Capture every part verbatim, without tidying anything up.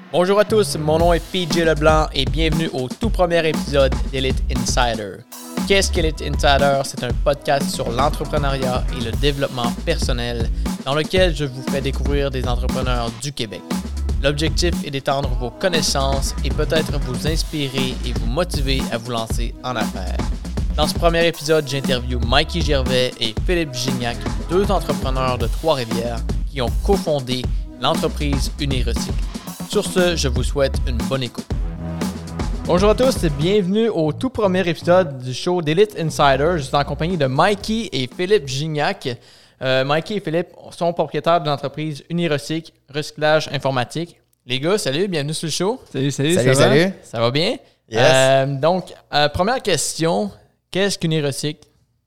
Bonjour à tous, mon nom est P J Leblanc et bienvenue au tout premier épisode d'Elite Insider. Qu'est-ce qu'Elite Insider? C'est un podcast sur l'entrepreneuriat et le développement personnel dans lequel je vous fais découvrir des entrepreneurs du Québec. L'objectif est d'étendre vos connaissances et peut-être vous inspirer et vous motiver à vous lancer en affaires. Dans ce premier épisode, j'interviewe Mikey Gervais et Philippe Gignac, deux entrepreneurs de Trois-Rivières qui ont cofondé l'entreprise Unirecycle. Sur ce, je vous souhaite une bonne écoute. Bonjour à tous et bienvenue au tout premier épisode du show d'Elite Insider. Je suis en compagnie de Mikey et Philippe Gignac. Euh, Mikey et Philippe sont propriétaires de l'entreprise Unirecycle, recyclage informatique. Les gars, salut, bienvenue sur le show. Salut, salut, salut, ça salut. va? Ça va bien? Yes. Euh, donc, euh, première question, qu'est-ce qu'Unirecycle?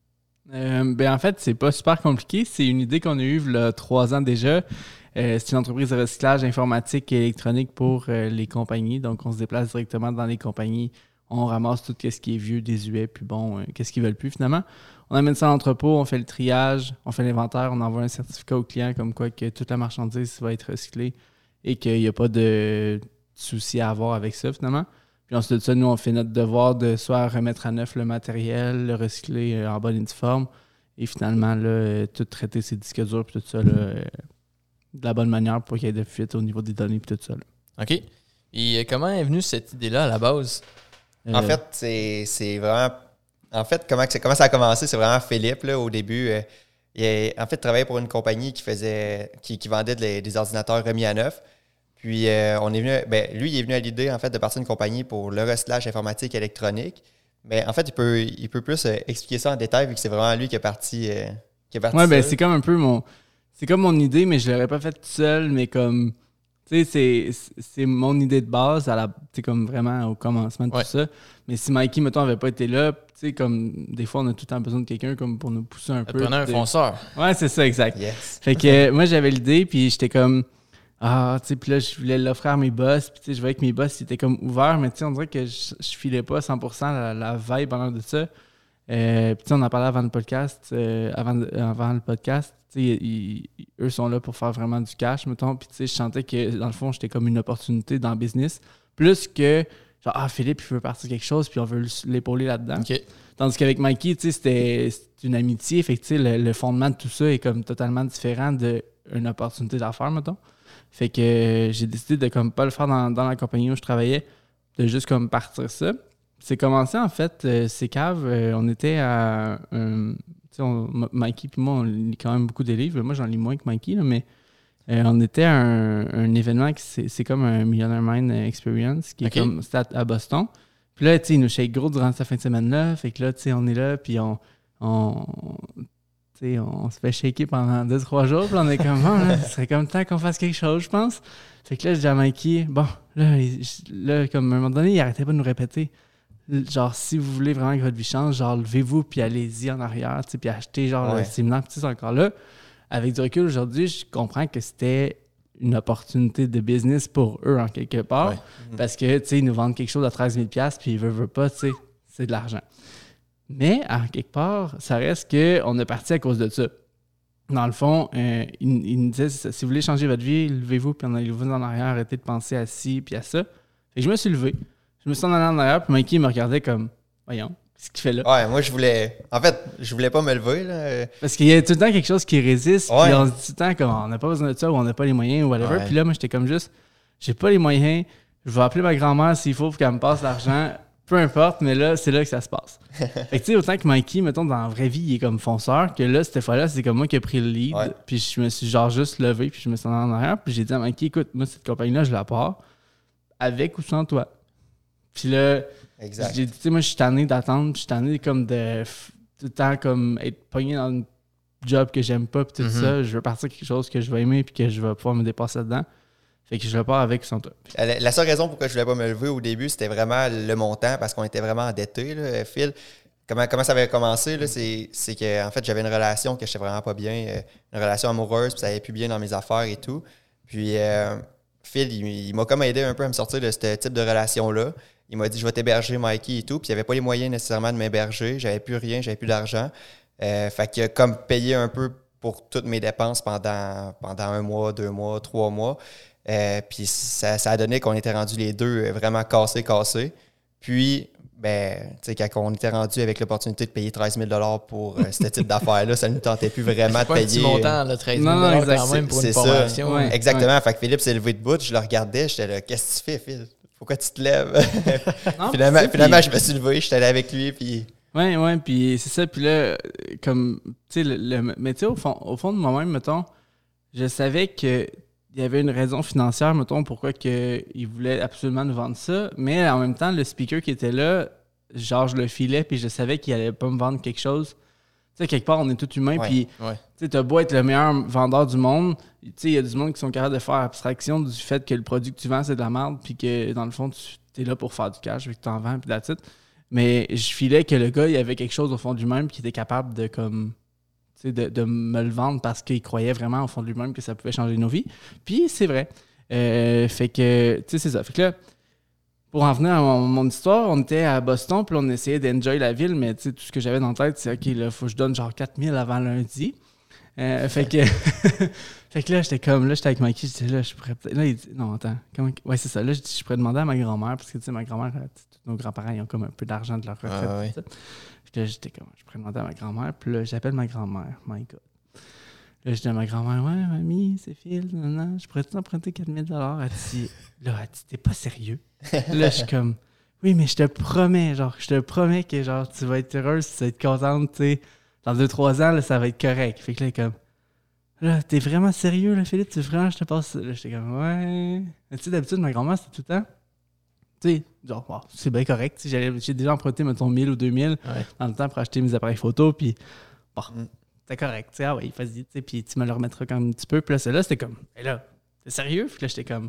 Euh, ben en fait, c'est pas super compliqué. C'est une idée qu'on a eue il y a trois ans déjà. Euh, c'est une entreprise de recyclage informatique et électronique pour euh, les compagnies. Donc, on se déplace directement dans les compagnies. On ramasse tout ce qui est vieux, désuet, puis bon, euh, qu'est-ce qu'ils veulent plus finalement. On amène ça à l'entrepôt, on fait le triage, on fait l'inventaire, on envoie un certificat au client comme quoi que toute la marchandise va être recyclée et qu'il n'y a pas de souci à avoir avec ça finalement. Puis ensuite de ça, nous, on fait notre devoir de soit remettre à neuf le matériel, le recycler euh, en bonne et due forme et finalement, là, euh, tout traiter ses disques durs et tout ça, là, euh, de la bonne manière pour qu'il y ait de fuite au niveau des données et tout ça. Là. OK. Et comment est venue cette idée-là à la base? Euh, En fait, c'est, c'est vraiment... En fait, comment, que c'est- comment ça a commencé, c'est vraiment Philippe, là, au début. Euh, il a, en fait, travaillait pour une compagnie qui faisait qui, qui vendait de les- des ordinateurs remis à neuf. Puis, euh, on est venu... Ben, lui, il est venu à l'idée, en fait, de partir d'une compagnie pour le recyclage informatique électronique. Mais en fait, il peut, il peut plus euh, expliquer ça en détail, vu que c'est vraiment lui qui est parti... Euh, qui est parti ouais, ben ça. c'est comme un peu mon... C'est comme mon idée, mais je l'aurais pas fait tout seul, mais comme... Tu sais, c'est, c'est mon idée de base, à la, comme vraiment au commencement de Ouais. tout ça. Mais si Mikey, mettons, avait pas été là, tu sais, comme des fois, on a tout le temps besoin de quelqu'un comme pour nous pousser un peu. Prenez un t'sais. fonceur. Ouais, c'est ça, exact. Yes. Fait que euh, moi, j'avais l'idée, puis j'étais comme... Ah, tu sais, puis là, je voulais l'offrir à mes boss, puis tu sais, je voyais que mes boss, ils étaient comme ouverts, mais tu sais, on dirait que je, je filais pas cent pour cent la, la vibe en l'air de ça. Euh, puis tu sais, on en parlait avant le podcast, euh, avant, avant le podcast, tu sais, ils- ils- eux sont là pour faire vraiment du cash, mettons, puis tu sais, je sentais que, dans le fond, j'étais comme une opportunité dans le business, plus que, genre, ah, Philippe, il veut partir quelque chose, puis on veut l'épauler là-dedans. OK. Tandis qu'avec Mikey, tu sais, c'était c'est une amitié. Fait que, tu sais, le, le fondement de tout ça est comme totalement différent d'une opportunité d'affaires, mettons. Fait que euh, j'ai décidé de comme pas le faire dans, dans la compagnie où je travaillais, de juste comme partir ça. C'est commencé, en fait, euh, c'est cave. euh, on était à... un- tu sais, on- M- Mikey puis moi, on lit quand même beaucoup de livres. Moi, j'en lis moins que Mikey, là, mais euh, on était à un, un événement qui c'est c'est comme un Millionaire Mind Experience, qui est OK. comme c'était à, à Boston. Puis là, tu sais, ils nous shake gros durant cette fin de semaine-là. Fait que là, tu sais, on est là, puis on, on, tu sais, on se fait shaker pendant deux trois jours. Puis là, on est comme, bon, là, ce serait comme temps qu'on fasse quelque chose, je pense. Fait que là, je dis à Mikey, bon, là, il- là, comme à un moment donné, il arrêtait pas de nous répéter. Genre, si vous voulez vraiment que votre vie change, genre, levez-vous, puis allez-y en arrière, tu sais, puis achetez, genre, Ouais. le séminaire, puis tu sais, c'est encore là. Avec du recul, aujourd'hui, je comprends que c'était une opportunité de business pour eux, en quelque part. Ouais. Parce que, tu sais, ils nous vendent quelque chose à treize mille dollars, puis ils veulent, veulent pas, tu sais, c'est de l'argent. Mais, à quelque part, ça reste qu'on est parti à cause de ça. Dans le fond, euh, ils, ils nous disaient, si vous voulez changer votre vie, levez-vous, puis allez-vous en arrière, arrêtez de penser à ci, puis à ça. Fait que je me suis levé. Je me suis en allé en arrière, puis Mikey me regardait comme, voyons, qu'est-ce qu'il fait là? Ouais, moi, je voulais... En fait, je voulais pas me lever, là. Euh, Parce qu'il y a tout le temps quelque chose qui résiste, Ouais. puis on se dit tout le temps comme on n'a pas besoin de ça ou on n'a pas les moyens ou whatever. Ouais. Puis là, moi, j'étais comme juste, j'ai pas les moyens, je vais appeler ma grand-mère s'il faut pour qu'elle me passe l'argent, peu importe, mais là, c'est là que ça se passe. Fait que tu sais, autant que Mikey, mettons, dans la vraie vie, il est comme fonceur, que là, cette fois-là, c'est comme moi qui ai pris le lead, Ouais. puis je me suis genre juste levé, puis je me suis en allé en arrière, puis j'ai dit à Mikey, écoute, moi, cette compagnie-là, je la pars, avec ou sans toi. Puis là, exact. j'ai dit, tu sais, moi, je suis tanné d'attendre, puis je suis tanné comme de f- tout le temps comme être pogné dans un job que j'aime pas, puis tout Mhm. ça. Je veux partir quelque chose que je vais aimer, puis que je vais pouvoir me dépasser dedans. Fait que je le pars avec ou sans toi. La, la seule raison pourquoi je voulais pas me lever au début, c'était vraiment le montant, parce qu'on était vraiment endettés, là, Phil. Comment, comment ça avait commencé, là, c'est, c'est que en fait, j'avais une relation que j'étais vraiment pas bien, euh, une relation amoureuse, puis ça allait plus bien dans mes affaires et tout. Puis euh, Phil, il, il m'a comme aidé un peu à me sortir de ce type de relation-là. Il m'a dit, je vais t'héberger, Mikey, et tout. Puis il n'y avait pas les moyens nécessairement de m'héberger. J'avais plus rien, j'avais plus d'argent. Euh, fait qu'il a comme payé un peu pour toutes mes dépenses pendant, pendant un mois, deux mois, trois mois. Euh, puis ça, ça a donné qu'on était rendus les deux vraiment cassés, cassés. Puis, ben, tu sais, quand on était rendu avec l'opportunité de payer treize mille dollars pour euh, ce type d'affaires-là, ça ne nous tentait plus vraiment c'est de pas payer. C'est un petit montant, là, treize mille dollars non, quand même pour c'est, une c'est formation. Ça. Ouais. Exactement. Ouais. Fait que Philippe s'est levé de bout, je le regardais, j'étais là, qu'est-ce que tu fais, Phil? Pourquoi tu te lèves? Non, finalement, puis, finalement puis, je me suis levé, j'étais allé avec lui, puis... Ouais, ouais, puis c'est ça. Puis là, comme, tu sais, le, le, mais tu sais, au fond, au fond de moi-même, mettons, je savais que il y avait une raison financière, mettons, pourquoi que il voulait absolument nous vendre ça. Mais en même temps, le speaker qui était là, genre, je le filais, puis je savais qu'il allait pas me vendre quelque chose. Tu sais, quelque part, on est tous humains, Ouais, puis ouais. tu sais, t'as beau être le meilleur vendeur du monde, tu sais, il y a du monde qui sont capables de faire abstraction du fait que le produit que tu vends, c'est de la merde, puis que, dans le fond, tu es là pour faire du cash, vu que tu en vends, puis that's it. Mais je filais que le gars, il avait quelque chose au fond de lui-même, puis qu'il était capable de, comme... De, de me le vendre parce qu'il croyait vraiment au fond de lui-même que ça pouvait changer nos vies. Puis c'est vrai. Euh, fait que, tu sais, c'est ça. Fait que là, pour en venir à mon, mon histoire, on était à Boston, puis on essayait d'enjoy la ville, mais tu sais, tout ce que j'avais dans la tête, c'est OK, là, faut que je donne genre quatre mille avant lundi. Euh, fait que fait que là, j'étais comme, là, j'étais avec Mikey, je disais, là, je pourrais peut-être. Là, il dit, non, attends, comment... ouais, c'est ça. Là, je dis, je pourrais demander à ma grand-mère, parce que, tu sais, ma grand-mère, tous nos grands-parents, ils ont comme un peu d'argent de leur retraite. Ah, ouais. Là, j'étais comme, je pourrais demander à ma grand-mère. Puis là, j'appelle ma grand-mère. My God. Là, je dis à ma grand-mère, ouais, mamie, c'est Phil, non, non, je pourrais t'emprunter quatre mille dollars. Elle dit, là, elle dit, t'es pas sérieux? Là, je suis comme, oui, mais je te promets, genre, je te promets que, genre, tu vas être heureuse, tu vas être contente, tu sais. Dans deux, trois ans, là, ça va être correct. Fait que là, comme, là, t'es vraiment sérieux, là, Philippe? Tu vraiment, je te passe. Là, j'étais comme, ouais. Mais tu sais, d'habitude, ma grand-mère, c'était tout le temps. Tu sais, genre, wow, c'est bien correct. J'allais, j'ai déjà emprunté, mettons, mille ou deux mille Ouais. dans le temps pour acheter mes appareils photo, puis bon, Mm. c'est correct. Tu sais, ah oui, vas-y, tu sais, puis tu me le remettras quand même un petit peu. Puis là, c'est là, c'était comme, hé là, t'es sérieux? Puis là, j'étais comme,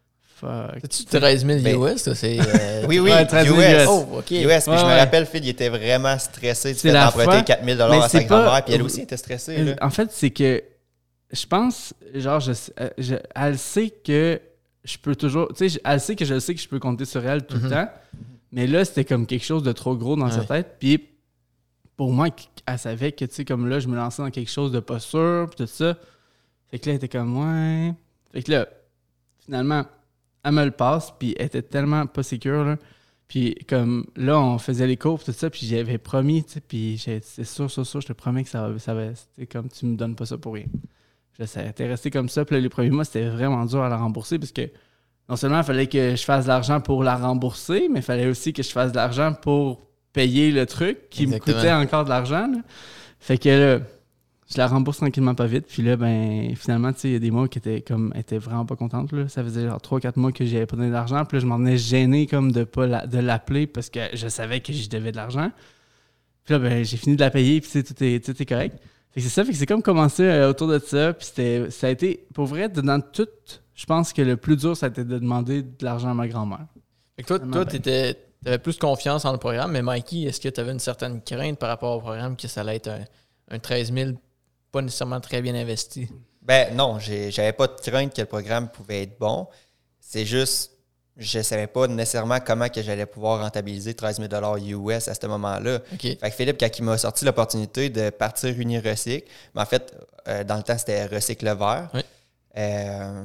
fuck. C'est-tu treize mille Ben, U S, ça? C'est, euh, Oui, oui, Ouais, treize mille U S. Oh, OK. U S, puis Ouais, je ouais. me rappelle, Phil, il était vraiment stressé du C'est fait la d'emprunter fois- quatre mille Mais dollars à sa c'est pas- grand-mère, puis elle aussi était stressée. Là. En fait, c'est que je pense, genre, je, euh, je, elle sait que je peux toujours, tu sais, elle sait que je sais que je peux compter sur elle tout Mhm. le temps, mais là, c'était comme quelque chose de trop gros dans sa Ouais. tête, puis pour moi, elle savait que, tu sais, comme là, je me lançais dans quelque chose de pas sûr, puis tout ça, fait que là, elle était comme, ouais, fait que là, finalement, elle me le passe, puis elle était tellement pas sécure, là. Puis comme là, on faisait les cours, tout ça, puis j'avais promis, tu sais, puis j'ai- c'est sûr, sûr, sûr, je te promets que ça va, ça va, c'est comme tu me donnes pas ça pour rien. Je sais, elle était restée comme ça, puis là, les premiers mois, c'était vraiment dur à la rembourser, parce que non seulement il fallait que je fasse de l'argent pour la rembourser, mais il fallait aussi que je fasse de l'argent pour payer le truc qui Exactement. me coûtait encore de l'argent, là. Fait que là, je la rembourse tranquillement pas vite. Puis là, ben, finalement, tu sais, il y a des mois qui étaient comme, étaient vraiment pas contentes, là. Ça faisait genre trois quatre mois que j'avais pas donné d'argent. Puis là, je m'en venais gêné comme de pas la- de l'appeler parce que je savais que j'y devais de l'argent. Puis là, ben, j'ai fini de la payer, puis tu sais, tout est, tout est correct. Fait que c'est ça, fait que c'est comme commencé euh, autour de ça. Puis c'était, ça a été, pour vrai, dans tout, je pense que le plus dur, ça a été de demander de l'argent à ma grand-mère. Fait que toi, Vraiment toi bien. t'étais, t'avais plus confiance en le programme, mais Mikey, est-ce que tu avais une certaine crainte par rapport au programme que ça allait être un, un treize mille pas nécessairement très bien investi? Ben non, j'ai, j'avais pas de crainte que le programme pouvait être bon. C'est juste, je savais pas nécessairement comment que j'allais pouvoir rentabiliser treize mille dollars U S à ce moment-là. OK. Fait que Philippe, quand il m'a sorti l'opportunité de partir Unirecycle, mais en fait, euh, dans le temps, c'était Recycle Vert, Oui. euh,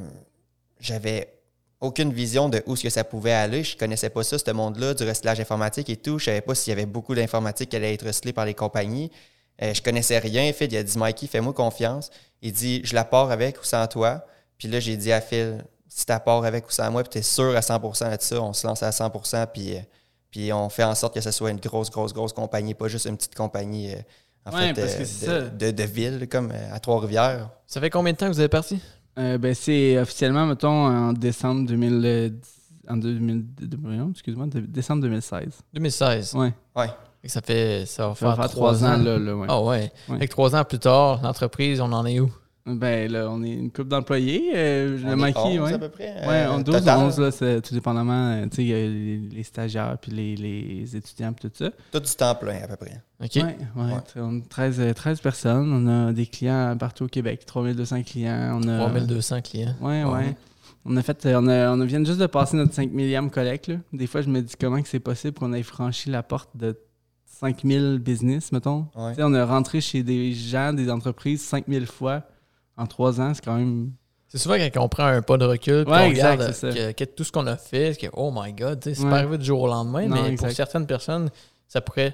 j'avais aucune vision de où ce que ça pouvait aller. Je connaissais pas ça, ce monde-là, du recyclage informatique et tout. Je savais pas s'il y avait beaucoup d'informatique qui allait être recyclée par les compagnies. Euh, je connaissais rien. Phil, il a dit, Mikey, fais-moi confiance. Il dit, je la pars avec ou sans toi. Puis là, j'ai dit à Phil, si tu la pars avec ou sans moi, puis tu es sûr à cent pour cent de ça, on se lance à cent pour cent, puis, euh, puis on fait en sorte que ce soit une grosse, grosse, grosse compagnie, pas juste une petite compagnie, euh, en Ouais, fait, parce que euh, c'est de, ça. de, de ville, comme euh, à Trois-Rivières. Ça fait combien de temps que vous avez parti? Euh, ben, c'est officiellement, mettons, en décembre deux mille dix. En deux mille, non, excuse-moi, de- décembre deux mille seize. deux mille seize. Ouais. Ouais. Fait que ça fait. Ça va Ça va faire, faire trois ans, là. là ouais. Ah ouais. Ouais. Fait que trois ans plus tard, l'entreprise, on en est où? Ben, là, on est une couple d'employés. Euh, On le est Mikey, onze ouais. à peu près. Ouais, euh, on douze, total. onze, là, c'est tout dépendamment, euh, tu sais, il y a les, les stagiaires, puis les, les étudiants, puis tout ça. Tout du temps plein, à peu près. OK. Ouais, ouais, Ouais. on a treize, euh, treize personnes. On a des clients partout au Québec, trois mille deux cents clients. On a, trois mille deux cents clients. Ouais, Ouais. ouais. On a fait, euh, on, a, on vient juste de passer notre cinq millième collecte, là. Des fois, je me dis comment que c'est possible qu'on ait franchi la porte de cinq mille business, mettons. Ouais. Tu sais, on a rentré chez des gens, des entreprises, cinq mille fois en trois ans. C'est quand même C'est souvent quand on prend un pas de recul, puis Ouais, on exact, regarde c'est ça. que, que tout ce qu'on a fait, c'est que, oh my God, tu sais, c'est Ouais. pas arrivé du jour au lendemain, Non, mais exact. pour certaines personnes, ça pourrait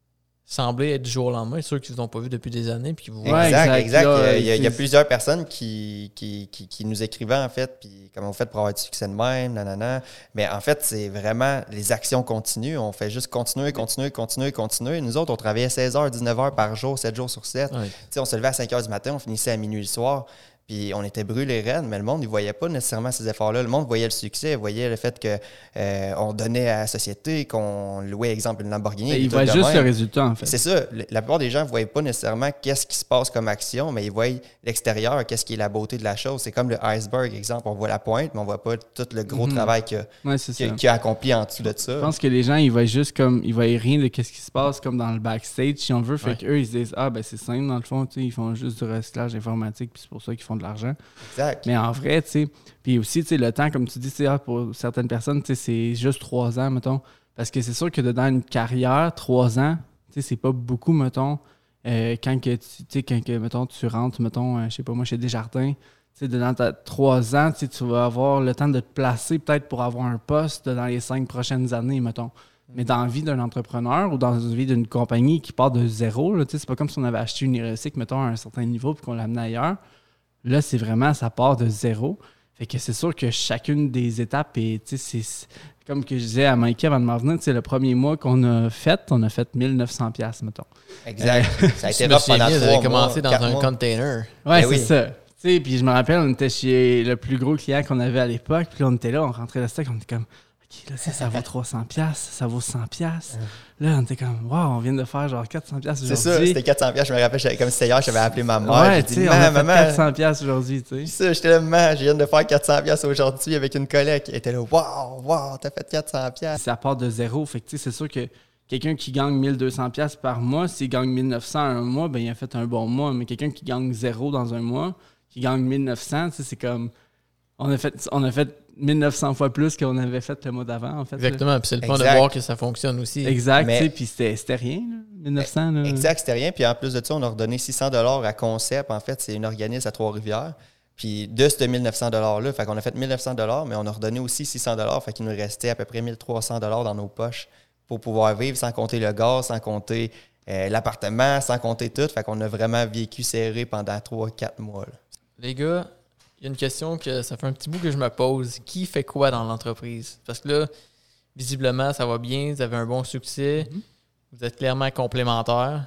sembler être du jour au lendemain. Ceux qui ne vous ont pas vu depuis des années, puis qui vous voient. Ouais, exact, exact. exact. Là, il, y a, il y a c'est- plusieurs personnes qui, qui, qui, qui nous écrivaient, en fait, puis comment on fait pour avoir du succès de même, nanana. Mais en fait, c'est vraiment les actions continues. On fait juste continuer, continuer, continuer, continuer. Nous autres, on travaillait seize heures, dix-neuf heures par jour, sept jours sur sept. Ouais. Tu sais, on se levait à cinq heures du matin, on finissait à minuit le soir. Puis on était brûlés raides, mais le monde, il voyait pas nécessairement ces efforts-là. Le monde voyait le succès, il voyait le fait qu'on euh, donnait à la société, qu'on louait, exemple, une Lamborghini. Ben, des il trucs voit de juste même. le résultat, en fait. C'est ça. Le- La plupart des gens ne voient pas nécessairement qu'est-ce qui se passe comme action, mais ils voient l'extérieur, qu'est-ce qui est la beauté de la chose. C'est comme le iceberg, exemple. On voit la pointe, mais on ne voit pas tout le gros Mhm. travail qu'il a, Ouais, c'est qu'il a- ça. qu'il a accompli en dessous de ça. Je pense que les gens, ils voient juste comme. Ils voient rien de ce qui se passe comme dans le backstage, si on veut. Fait Ouais. qu'eux, ils se disent, ah, ben c'est simple, dans le fond, tu sais, ils font juste du recyclage informatique, puis c'est pour ça qu'ils font de l'argent. Exact. Mais en vrai, tu sais, puis aussi, tu sais, le temps, comme tu dis, tu sais, ah, pour certaines personnes, tu sais, c'est juste trois ans, mettons. Parce que c'est sûr que dans une carrière, trois ans, tu sais, c'est pas beaucoup, mettons, euh, quand que tu tu sais, quand que, mettons, tu rentres, mettons, euh, je sais pas moi, chez Desjardins, tu sais, dans ta trois ans, tu sais, tu vas avoir le temps de te placer peut-être pour avoir un poste dans les cinq prochaines années, mettons. Mais dans la vie d'un entrepreneur ou dans la vie d'une compagnie qui part de zéro, là, tu sais, c'est pas comme si on avait acheté une Irosic, mettons, à un certain niveau puis qu'on l'amenait ailleurs. Là, c'est vraiment, ça part de zéro. Fait que c'est sûr que chacune des étapes, et tu sais, c'est- c'est comme que je disais à Mikey avant de m'en venir, tu sais, le premier mois qu'on a fait, on a fait mille neuf cents dollars, mettons. Exact. Ça a Si été je me rough souviens pendant bien, vous trois avez commencé mois, dans quatre un mois. container. Ouais, Ben c'est oui. ça. Tu sais, puis je me rappelle, on était chez le plus gros client qu'on avait à l'époque, puis là, on était là, on rentrait le stock, on était comme, OK, là, ça, ça vaut trois cents dollars, ça vaut cent dollars. Là, on était comme, wow, on vient de faire genre quatre cents dollars C'est aujourd'hui. ça, c'était quatre cents dollars. Je me rappelle, j'avais- comme c'était hier, j'avais appelé ma mère. Ouais, J'ai tu dit, sais, on a maman, fait maman, quatre cents dollars aujourd'hui, tu c'est sais. ça, j'étais là, maman, je viens de faire quatre cents dollars aujourd'hui avec une collègue. Elle était là, wow, wow, t'as fait quatre cents dollars. Ça part de zéro. Fait que, tu sais, c'est sûr que quelqu'un qui gagne mille deux cents dollars par mois, s'il gagne mille neuf cents un mois, ben il a fait un bon mois. Mais quelqu'un qui gagne zéro dans un mois, qui gagne mille neuf cents, tu sais, c'est comme... On a fait, on a fait mille neuf cents fois plus qu'on avait fait le mois d'avant, en fait. là. Exactement. Puis c'est le fun de Exact. voir que ça fonctionne aussi. Exact, Mais- tu sais, puis c'était c'était rien, là, mille neuf cents. Là. Exact, c'était rien. Puis en plus de ça, on a redonné six cents dollars à Concept. En fait, c'est une organisme à Trois-Rivières. Puis de ce mille neuf cents dollars-là, fait qu'on a fait mille neuf cents dollars, mais on a redonné aussi six cents dollars. Fait qu'il nous restait à peu près mille trois cents dollars dans nos poches pour pouvoir vivre sans compter le gaz, sans compter euh, l'appartement, sans compter tout. Fait qu'on a vraiment vécu serré pendant trois quatre mois. là. Les gars, il y a une question que ça fait un petit bout que je me pose. Qui fait quoi dans l'entreprise? Parce que là, visiblement, ça va bien, vous avez un bon succès, Mhm. vous êtes clairement complémentaires.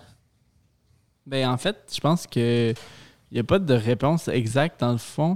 Ben, en fait, je pense que il n'y a pas de réponse exacte dans le fond.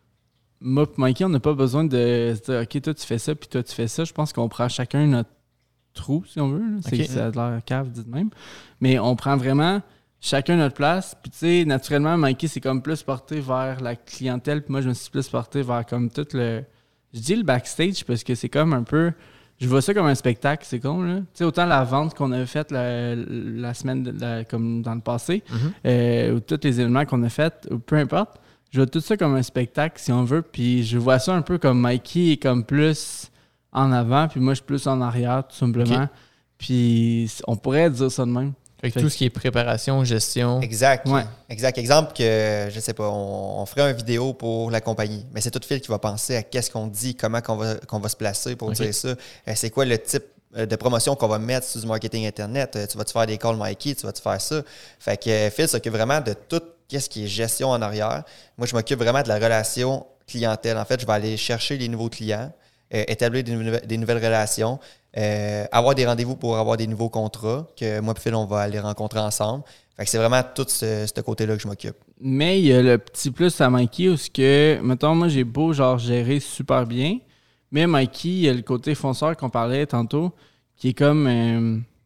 Moi et Mikey, on n'a pas besoin de se dire OK, toi tu fais ça, puis toi tu fais ça. Je pense qu'on prend chacun notre trou, si on veut. là. C'est Ok. ça a l'air cave, dit de même. Mais on prend vraiment chacun notre place. Puis tu sais, naturellement, Mikey, c'est comme plus porté vers la clientèle. Puis moi, je me suis plus porté vers comme tout le. Je dis le backstage parce que c'est comme un peu. Je vois ça comme un spectacle, c'est con, là. Tu sais, autant la vente qu'on avait faite la, la semaine, de- la- comme dans le passé, euh, ou tous les événements qu'on a faits, ou peu importe, je vois tout ça comme un spectacle, si on veut, puis je vois ça un peu comme Mikey est comme plus en avant, puis moi, je suis plus en arrière, tout simplement. Ok. Puis on pourrait dire ça de même. Fait que Fait tout que- ce qui est préparation, gestion. Exact. Ouais. Exact. Exemple que, je sais pas, on, on ferait une vidéo pour la compagnie, mais c'est tout Phil qui va penser à qu'est-ce qu'on dit, comment qu'on va, qu'on va se placer pour Ok. dire ça. Euh, c'est quoi le type euh, de promotion qu'on va mettre sur du marketing Internet. Euh, tu vas-tu faire des calls Mikey, tu vas-tu faire ça. Fait que euh, Phil s'occupe vraiment de tout ce qui est gestion en arrière. Moi, je m'occupe vraiment de la relation clientèle. En fait, je vais aller chercher les nouveaux clients, euh, établir des, nouve- des nouvelles relations, euh, avoir des rendez-vous pour avoir des nouveaux contrats que moi et Phil, on va aller rencontrer ensemble. Fait que c'est vraiment tout ce, ce côté-là que je m'occupe. Mais il y a le petit plus à Mikey où ce que, mettons, moi j'ai beau genre gérer super bien, mais Mikey, il y a le côté fonceur qu'on parlait tantôt, qui est comme, euh, tu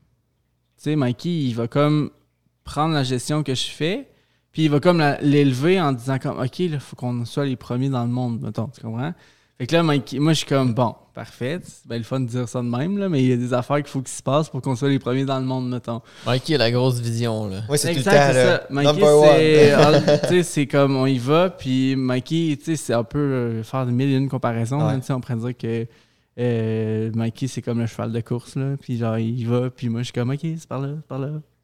sais, Mikey, il va comme prendre la gestion que je fais, puis il va comme la- l'élever en disant comme, OK, là, il faut qu'on soit les premiers dans le monde, mettons, tu comprends? Fait que là, Mikey, moi, je suis comme, bon, parfait, c'est bien le fun de dire ça de même, là, mais il y a des affaires qu'il faut qu'il se passe pour qu'on soit les premiers dans le monde, mettons. Mikey a la grosse vision, là. Oui, c'est tout le temps Exact, c'est le ça. Mikey, number c'est, one. euh, tu sais, c'est comme on y va, puis Mikey, tu sais, c'est un peu euh, faire des mille et une comparaisons. Ouais. Hein, tu sais, on pourrait dire que euh, Mikey, c'est comme le cheval de course, là, puis genre, il y va, puis moi, je suis comme, OK, c'est par là, c'est par là.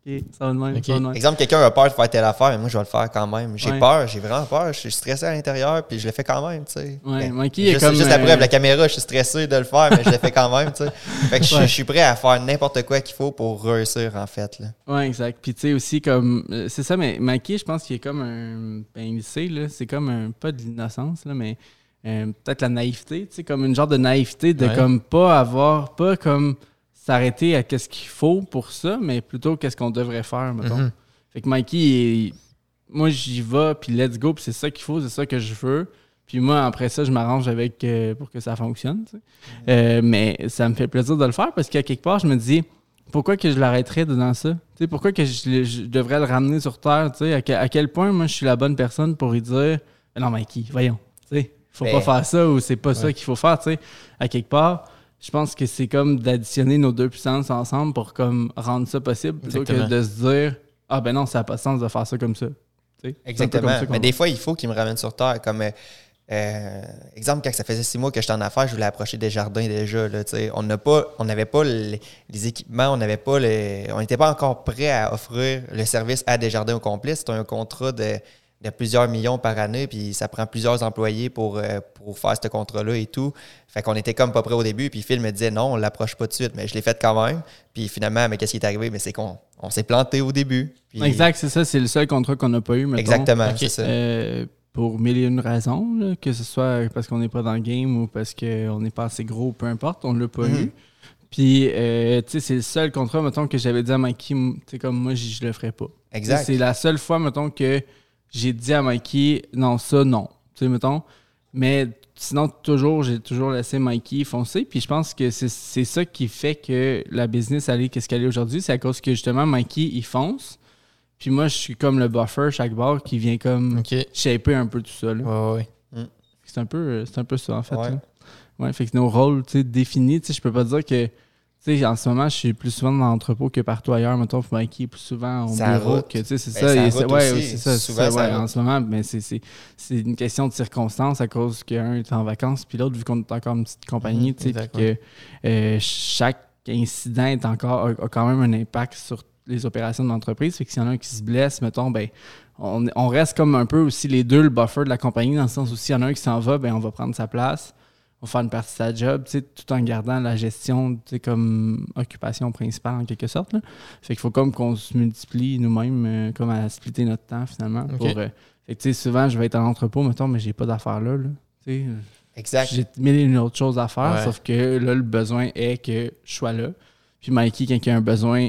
OK, ça va de même. Okay. Ça va de même. Exemple, quelqu'un a peur de faire telle affaire, mais moi, je vais le faire quand même. J'ai Ouais. peur, j'ai vraiment peur. Je suis stressé à l'intérieur, puis je le fais quand même, tu sais. Ouais, Ben, Mikey est juste, comme, juste la euh, preuve, la caméra, je suis stressé de le faire, mais je le fais quand même, tu sais. Fait que je, Ouais. je suis prêt à faire n'importe quoi qu'il faut pour réussir, en fait, là. Ouais, exact. Puis tu sais aussi comme euh, c'est ça, mais Mikey, je pense qu'il est comme un ben il sait là, c'est comme un pas de l'innocence là, mais euh, peut-être la naïveté, tu sais, comme une genre de naïveté de Ouais. comme pas avoir, pas comme s'arrêter à qu'est-ce qu'il faut pour ça, mais plutôt qu'est-ce qu'on devrait faire, mettons. Mhm. Fait que Mikey, il- moi j'y vais, puis let's go, puis c'est ça qu'il faut, c'est ça que je veux. Puis moi, après ça, je m'arrange avec euh, pour que ça fonctionne. Tu sais. Euh, mais ça me fait plaisir de le faire parce qu'à quelque part, je me dis pourquoi que je l'arrêterais dans ça? Tu sais, pourquoi que je, le- je devrais le ramener sur Terre? Tu sais, à, que- à quel point moi je suis la bonne personne pour lui dire non, Mikey, voyons, tu sais, faut Ben, pas faire ça ou c'est pas ouais. ça qu'il faut faire. Tu sais. À quelque part, je pense que c'est comme d'additionner nos deux puissances ensemble pour comme rendre ça possible plutôt Exactement. que de se dire ah ben non, ça n'a pas de sens de faire ça comme ça. Tu sais. C'est un peu Exactement. comme ça qu'on Mais va. des fois, il faut qu'il me ramène sur terre. Comme euh, euh, exemple, quand ça faisait six mois que j'étais en affaires, je voulais approcher des jardins déjà. Là, tu sais. on n'a pas, on n'avait pas les, les équipements, on n'avait pas les, on n'était pas encore prêt à offrir le service à des jardins au complet. C'est un contrat de, de plusieurs millions par année, puis ça prend plusieurs employés pour, euh, pour faire ce contrat-là et tout. Fait qu'on était comme pas prêt au début, puis Phil me disait non, on l'approche pas tout de suite, mais je l'ai fait quand même. Puis finalement, mais qu'est-ce qui est arrivé? Mais c'est qu'on on s'est planté au début. Puis- Exact, c'est ça, c'est le seul contrat qu'on n'a pas eu, mettons. Exactement, Ok. c'est ça. Euh, pour mille et une raisons, là, que ce soit parce qu'on n'est pas dans le game ou parce qu'on n'est pas assez gros, peu importe, on ne l'a pas Mhm. eu. Puis, euh, tu sais, c'est le seul contrat, mettons, que j'avais dit à Mikey, tu sais, comme moi, je je le ferais pas. Exact. Tu sais, c'est la seule fois, mettons, que j'ai dit à Mikey, non, ça, non. Tu sais, mettons. Mais sinon, toujours, j'ai toujours laissé Mikey foncer. Puis je pense que c'est c'est ça qui fait que la business allait qu'est-ce qu'elle est aujourd'hui. C'est à cause que, justement, Mikey, il fonce. Puis moi, je suis comme le buffer chaque bord qui vient comme OK. shaper un peu tout ça. Là. Ouais, ouais, ouais. C'est un peu c'est un peu ça, en fait. Ouais. là. Ouais, fait que nos rôles, tu sais, définis, tu sais, je peux pas dire que, tu sais, en ce moment, je suis plus souvent dans l'entrepôt que partout ailleurs, mettons, puis Mikey est plus souvent au C'est la bureau route. que, tu sais, c'est Ben, ça. c'est la et c'est- route ouais, aussi. c'est ça, c'est Souvent, ça, c'est la ouais, en route. ce moment, mais c'est, c'est, c'est une question de circonstance à cause qu'un est en vacances, puis l'autre, vu qu'on est encore une petite compagnie, Mhm, tu sais, exact, puis que euh, chaque incident est encore, a, a quand même un impact sur les opérations de l'entreprise. Fait que s'il y en a un qui se blesse, mettons, ben, on, on reste comme un peu aussi les deux, le buffer de la compagnie, dans le sens où s'il y en a un qui s'en va, ben, on va prendre sa place. On va faire une partie de sa job, tu sais, tout en gardant la gestion, tu sais, comme occupation principale en quelque sorte. Là. Fait qu'il faut comme qu'on se multiplie nous-mêmes, euh, comme à splitter notre temps finalement. Ok. Pour, euh, fait que tu sais, souvent je vais être en entrepôt, mettons, mais j'ai pas d'affaires là. là. Tu sais, Exact. j'ai mille et une autres choses à faire, Ouais. sauf que là, le besoin est que je sois là. Puis Mikey, quand il y a un besoin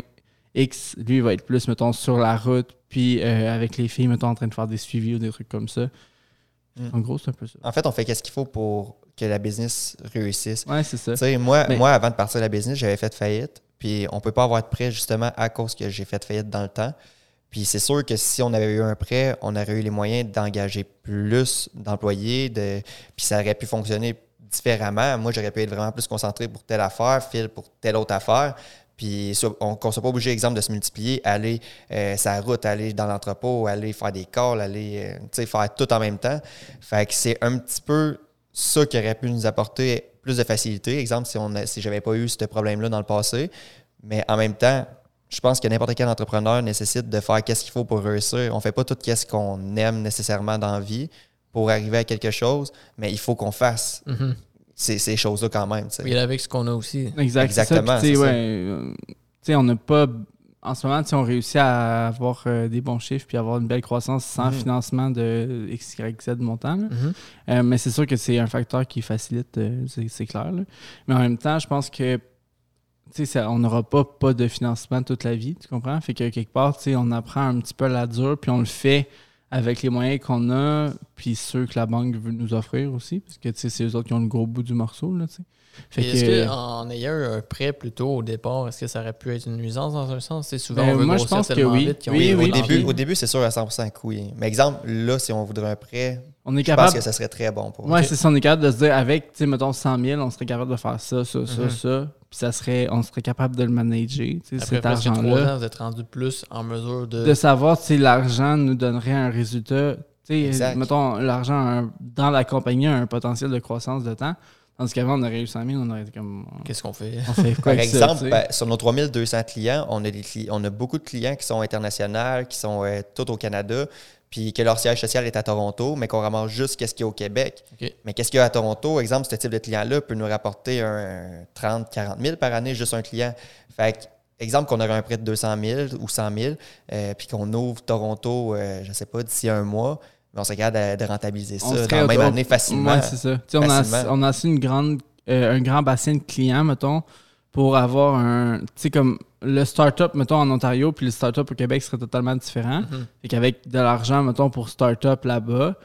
X, lui, il va être plus, mettons, sur la route, puis euh, avec les filles, mettons, en train de faire des suivis ou des trucs comme ça. Mm. En gros, c'est un peu ça. En fait, on fait qu'est-ce qu'il faut pour que la business réussisse. Ouais, c'est ça. Tu sais, moi, Mais- moi, avant de partir de la business, j'avais fait faillite. Puis on peut pas avoir de prêt justement à cause que j'ai fait faillite dans le temps. Puis c'est sûr que si on avait eu un prêt, on aurait eu les moyens d'engager plus d'employés, de... puis ça aurait pu fonctionner différemment. Moi, j'aurais pu être vraiment plus concentré pour telle affaire, Phil pour telle autre affaire. Puis ça, on ne soit pas obligé, exemple, de se multiplier, aller euh, sa route, aller dans l'entrepôt, aller faire des calls, aller euh, tu sais, faire tout en même temps. Fait que c'est un petit peu ça qui aurait pu nous apporter plus de facilité. Exemple, si, on a, si je n'avais pas eu ce problème-là dans le passé. Mais en même temps, je pense que n'importe quel entrepreneur nécessite de faire qu'est-ce qu'il faut pour réussir. On ne fait pas tout ce qu'on aime nécessairement dans la vie pour arriver à quelque chose, mais il faut qu'on fasse Mhm. ces, ces choses-là quand même. tu sais. Oui, avec ce qu'on a aussi. Exact, Exactement, c'est ça. Puis, tu sais, c'est ça. ouais, euh, tu sais, on n'a pas... En ce moment, tu sais, on réussit à avoir euh, des bons chiffres puis avoir une belle croissance sans Mhm. financement de X, Y, Z montant. là. Mhm. Euh, mais c'est sûr que c'est un facteur qui facilite, euh, c'est, c'est clair. là. Mais en même temps, je pense que tu sais, ça- on n'aura pas, pas de financement toute la vie, tu comprends? Fait que quelque part, tu sais, on apprend un petit peu la dure, puis on le fait avec les moyens qu'on a, puis ceux que la banque veut nous offrir aussi, parce que tu sais, c'est eux autres qui ont le gros bout du morceau. Là, tu sais. Fait Et est-ce qu'en ayant eu un prêt plus tôt au départ, est-ce que ça aurait pu être une nuisance dans un sens? C'est souvent, Ben, on veut moi, je grossir pense que tellement oui. vite qu'ils ont Oui, des au, oui, gros début, enjeux. au début, c'est sûr à cent pour cent que oui. Mais exemple, là, si on voudrait un prêt, On est je pense capable. que ça serait très bon pour Ouais, nous. c'est ça, on est capable de se dire avec, tu sais, mettons cent mille, on serait capable de faire ça, ça, ça, Mhm. ça. Puis ça serait, on serait capable de le manager, tu sais, Après cet presque trois argent-là. ans, vous êtes rendu plus en mesure de... De savoir si l'argent nous donnerait un résultat. Tu sais, Exact. mettons, l'argent a un- dans la compagnie a un potentiel de croissance de temps. Tandis qu'avant, on aurait eu cent mille, on aurait été comme... Qu'est-ce qu'on fait? On fait quoi Par avec exemple, ça, ben, sur nos trois mille deux cents clients, on a, des cli- on a beaucoup de clients qui sont internationaux, qui sont euh, tous au Canada, puis que leur siège social est à Toronto, mais qu'on ramasse juste qu'est-ce qu'il y a au Québec. Okay. Mais qu'est-ce qu'il y a à Toronto? Exemple, ce type de client-là peut nous rapporter un trente à quarante mille par année, juste un client. Fait que, exemple qu'on aurait un prêt de deux cent mille ou cent mille, euh, puis qu'on ouvre Toronto, euh, je ne sais pas, d'ici un mois, mais on se regarde de, de rentabiliser ça dans la même année facilement. Oui, c'est ça. On a, on a assez une grande, euh, un grand bassin de clients, mettons, pour avoir un... Tu sais, comme le start-up, mettons, en Ontario, puis le start-up au Québec serait totalement différent. Mm-hmm. Fait qu'avec de l'argent, mettons, pour start-up là-bas,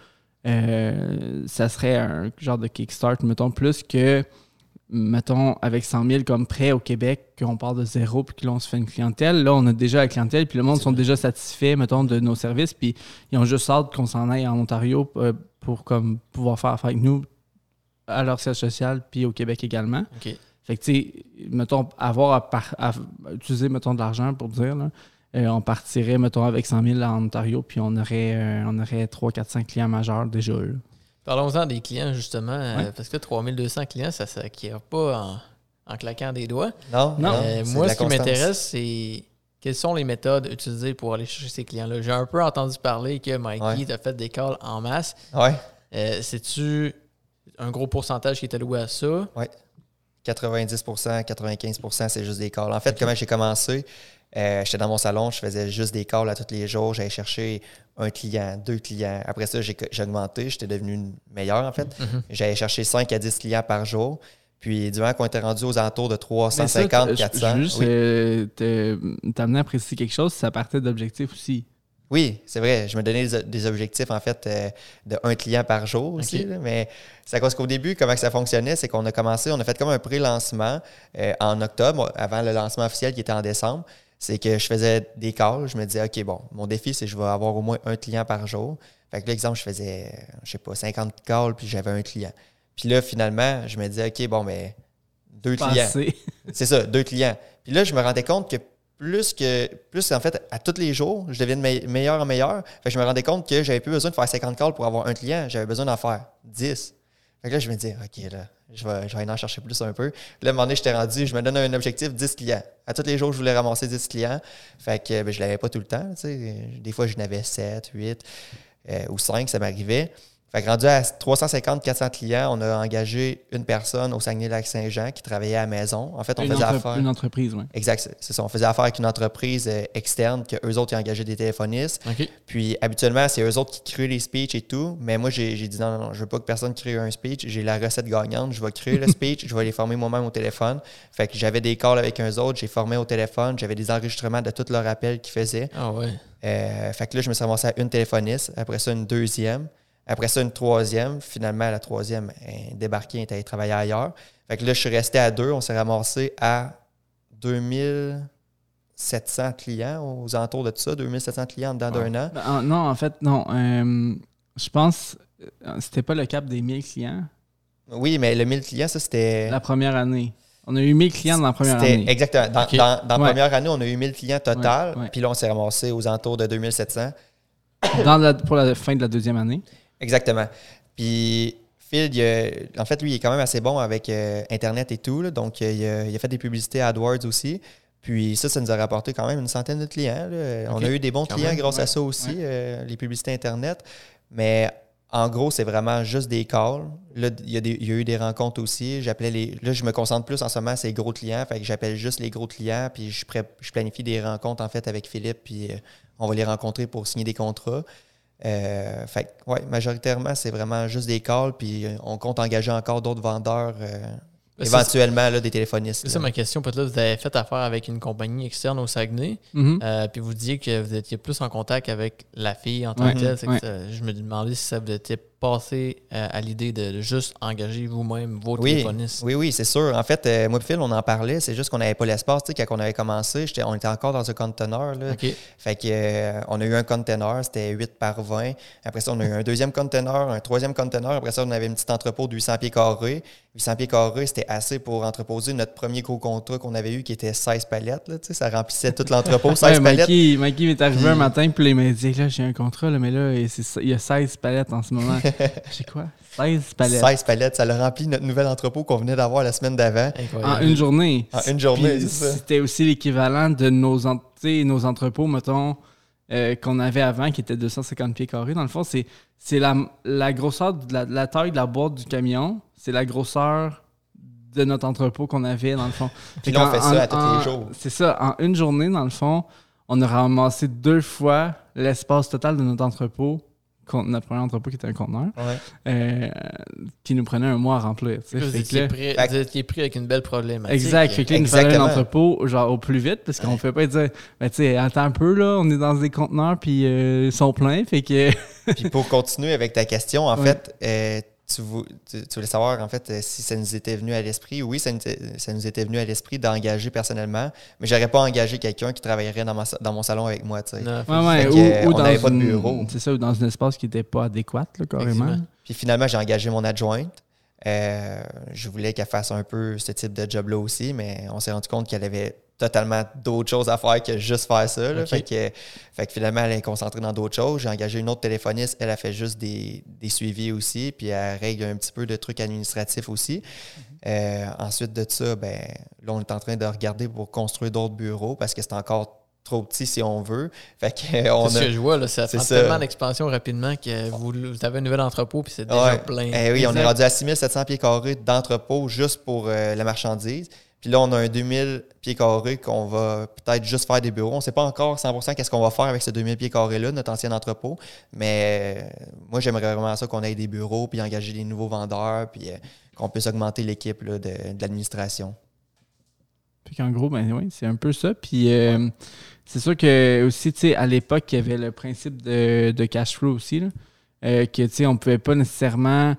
euh, ça serait un genre de kickstart, mettons, plus que... mettons, avec cent mille comme prêt au Québec, qu'on part de zéro, puis que là, on se fait une clientèle. Là, on a déjà la clientèle, puis le monde sont déjà satisfaits, mettons, de nos services, puis ils ont juste hâte qu'on s'en aille en Ontario euh, pour comme, pouvoir faire affaire avec nous à leur siège social, puis au Québec également. Okay. Fait que, tu sais, mettons, avoir à, par, à utiliser, mettons, de l'argent, pour dire, là, euh, on partirait, mettons, avec cent mille en Ontario, puis on aurait, euh, on aurait trois, quatre, cinq clients majeurs déjà, là. Parlons-en des clients, justement, ouais. euh, parce que trois mille deux cents clients, ça ne s'acquiert pas en, en claquant des doigts. Non, non. Euh, moi, ce qui m'intéresse, c'est quelles sont les méthodes utilisées pour aller chercher ces clients-là. J'ai un peu entendu parler que Mikey ouais. t'a fait des calls en masse. Oui. Euh, c'est-tu un gros pourcentage qui est alloué à ça? Oui. quatre-vingt-dix pour cent, quatre-vingt-quinze pour cent, c'est juste des calls. En fait, okay. comment j'ai commencé, euh, j'étais dans mon salon, je faisais juste des calls à tous les jours. J'allais chercher un client, deux clients. Après ça, j'ai, j'ai augmenté. J'étais devenu meilleur, en fait. Mm-hmm. J'allais chercher cinq à dix clients par jour. Puis, durant qu'on était rendu aux alentours de trois cent cinquante, quatre cents. Juste, oui. euh, t'amener à préciser quelque chose, ça partait d'objectifs aussi. Oui, c'est vrai. Je me donnais des, des objectifs, en fait, euh, de un client par jour aussi. Okay. Là, mais c'est à cause qu'au début, comment ça fonctionnait, c'est qu'on a commencé, on a fait comme un pré-lancement euh, en octobre, avant le lancement officiel qui était en décembre. C'est que je faisais des calls. Je me disais, OK, bon, mon défi, c'est que je vais avoir au moins un client par jour. Fait que là, exemple, je faisais, je sais pas, cinquante calls, puis j'avais un client. Puis là, finalement, je me disais, OK, bon, mais deux clients. C'est ça, deux clients. Puis là, je me rendais compte que plus que, plus en fait, à tous les jours, je deviens me- meilleur en meilleur. Fait que je me rendais compte que j'avais plus besoin de faire cinquante calls pour avoir un client. J'avais besoin d'en faire dix. Fait que là, je me disais, OK, là, je vais, je vais aller en chercher plus un peu. Puis là, à un moment donné, j'étais rendu, je me donne un objectif, dix clients. À tous les jours, je voulais ramasser dix clients. Fait que ben, je ne l'avais pas tout le temps. Tu sais. Des fois, je n'avais sept, huit euh, ou cinq, ça m'arrivait. Fait que rendu à trois cent cinquante, quatre cents clients, on a engagé une personne au Saguenay-Lac-Saint-Jean qui travaillait à la maison. En fait, on une faisait entre- affaire... Une entreprise, oui. Exact, c'est, c'est ça. On faisait affaire avec une entreprise euh, externe qu'eux autres, ils engageaient des téléphonistes. Okay. Puis, habituellement, c'est eux autres qui créent les speeches et tout. Mais moi, j'ai, j'ai dit non, non, non, je veux pas que personne crée un speech. J'ai la recette gagnante. Je vais créer le speech. Je vais les former moi-même au téléphone. Fait que j'avais des calls avec eux autres. J'ai formé au téléphone. J'avais des enregistrements de tous leurs appels qu'ils faisaient. Ah ouais. Euh, fait que là, je me suis ramassé à une téléphoniste. Après ça, une deuxième. Après ça, une troisième. Finalement, la troisième est débarquée, elle est allée travailler ailleurs. Fait que là, je suis resté à deux. On s'est ramassé à deux mille sept cents clients, aux alentours de tout ça, deux mille sept cents clients dedans wow. d'un an. Ben, en, non, en fait, non. Euh, je pense euh, c'était pas le cap des mille clients. Oui, mais le mille clients, ça, c'était... La première année. On a eu mille clients dans la première c'était, année. Exactement. Dans, okay. dans, dans la ouais. première année, on a eu mille clients total. Ouais, ouais. Puis là, on s'est ramassé aux alentours de deux mille sept cents. Dans la, pour la fin de la deuxième année. Exactement. Puis Phil, il a, en fait, lui, il est quand même assez bon avec euh, Internet et tout. Là, donc, il a, il a fait des publicités à AdWords aussi. Puis ça, ça nous a rapporté quand même une centaine de clients. Là. Okay. On a eu des bons quand clients même, grâce ouais. à ça aussi, ouais. euh, les publicités Internet. Mais en gros, c'est vraiment juste des calls. Là, il y a, des, il y a eu des rencontres aussi. J'appelais les. Là, je me concentre plus en ce moment sur les gros clients. Fait que j'appelle juste les gros clients. Puis je, pré, je planifie des rencontres en fait avec Philippe. Puis euh, on va les rencontrer pour signer des contrats. Euh, fait que, ouais, majoritairement, c'est vraiment juste des calls, puis on compte engager encore d'autres vendeurs, euh, éventuellement là, des téléphonistes. C'est là. ça ma question. Peut-être là, vous avez fait affaire avec une compagnie externe au Saguenay, mm-hmm. euh, puis vous disiez que vous étiez plus en contact avec la fille en tant que telle. Ouais. Ouais. Je me demandais si ça vous était passé euh, à l'idée de, de juste engager vous-même vos oui, téléphonistes. Oui, oui, c'est sûr. En fait, euh, moi et Phil, on en parlait. C'est juste qu'on n'avait pas l'espace. Tu sais, quand on avait commencé, j'étais, on était encore dans un conteneur. Là. Okay. Fait que, euh, on a eu un conteneur, c'était huit par vingt. Après ça, on a eu un deuxième conteneur, un troisième conteneur. Après ça, on avait un petit entrepôt de huit cents pieds carrés. huit cents pieds carrés, c'était assez pour entreposer notre premier gros contrat qu'on avait eu qui était seize palettes. Là, ça remplissait tout l'entrepôt, seize ouais, palettes. Mikey, Mikey m'est arrivé puis... un matin, puis il m'a dit là, j'ai un contrat, là, mais là, il y a seize palettes en ce moment. J'ai quoi? seize palettes. seize palettes, ça a rempli notre nouvel entrepôt qu'on venait d'avoir la semaine d'avant. En une journée. En une journée, puis, c'est ça. C'était aussi l'équivalent de nos, en... nos entrepôts, mettons, euh, qu'on avait avant, qui étaient deux cent cinquante pieds carrés. Dans le fond, c'est, c'est la, la grosseur, de la, la taille de la boîte du camion, c'est la grosseur de notre entrepôt qu'on avait, dans le fond. Puis là, on fait en, ça à tous en, les jours. C'est ça. En une journée, dans le fond, on a ramassé deux fois l'espace total de notre entrepôt, notre premier entrepôt qui était un conteneur, ouais. euh, qui nous prenait un mois à remplir. Vous étiez pris, fait... pris avec une belle problématique. Exact. Fait que là, il nous fallait un entrepôt genre au plus vite, parce qu'on ne peut pas dire, ben, tu sais, attends un peu, là, on est dans des conteneurs, puis euh, ils sont pleins, fait que... Puis pour continuer avec ta question, en ouais. fait... Euh, Tu, tu, tu voulais savoir, en fait, si ça nous était venu à l'esprit. Oui, ça nous, ça nous était venu à l'esprit d'engager personnellement, mais j'aurais pas engagé quelqu'un qui travaillerait dans, ma, dans mon salon avec moi, tu sais. Ouais, ouais, ou, que, ou on dans n'avait pas de une, bureau. C'est ça, ou dans un espace qui n'était pas adéquat, là, carrément. Exactement. Puis finalement, j'ai engagé mon adjointe. Euh, je voulais qu'elle fasse un peu ce type de job-là aussi, mais on s'est rendu compte qu'elle avait totalement d'autres choses à faire que juste faire ça. Là. Okay. Fait, que, fait que finalement, elle est concentrée dans d'autres choses. J'ai engagé une autre téléphoniste. Elle a fait juste des, des suivis aussi, puis elle règle un petit peu de trucs administratifs aussi. Mm-hmm. Euh, ensuite de ça, ben, là, on est en train de regarder pour construire d'autres bureaux parce que c'est encore trop petit si on veut. Fait que, on c'est a... ce que je vois, là, ça prend ça. tellement d'expansion rapidement que vous, vous avez un nouvel entrepôt puis c'est déjà ouais. plein. Eh oui, exact. On est rendu à six mille sept cents pieds carrés d'entrepôt juste pour euh, la marchandise. Puis là, on a un deux mille pieds carrés qu'on va peut-être juste faire des bureaux. On ne sait pas encore cent pour cent qu'est-ce qu'on va faire avec ce deux mille pieds carrés-là, notre ancien entrepôt. Mais euh, moi, j'aimerais vraiment ça qu'on ait des bureaux, puis engager des nouveaux vendeurs, puis euh, qu'on puisse augmenter l'équipe là, de, de l'administration. Puis qu'en gros, ben oui, c'est un peu ça. Puis euh, c'est sûr que aussi, tu sais, à l'époque, il y avait le principe de, de cash flow aussi, là, euh, que, tu sais, on ne pouvait pas nécessairement...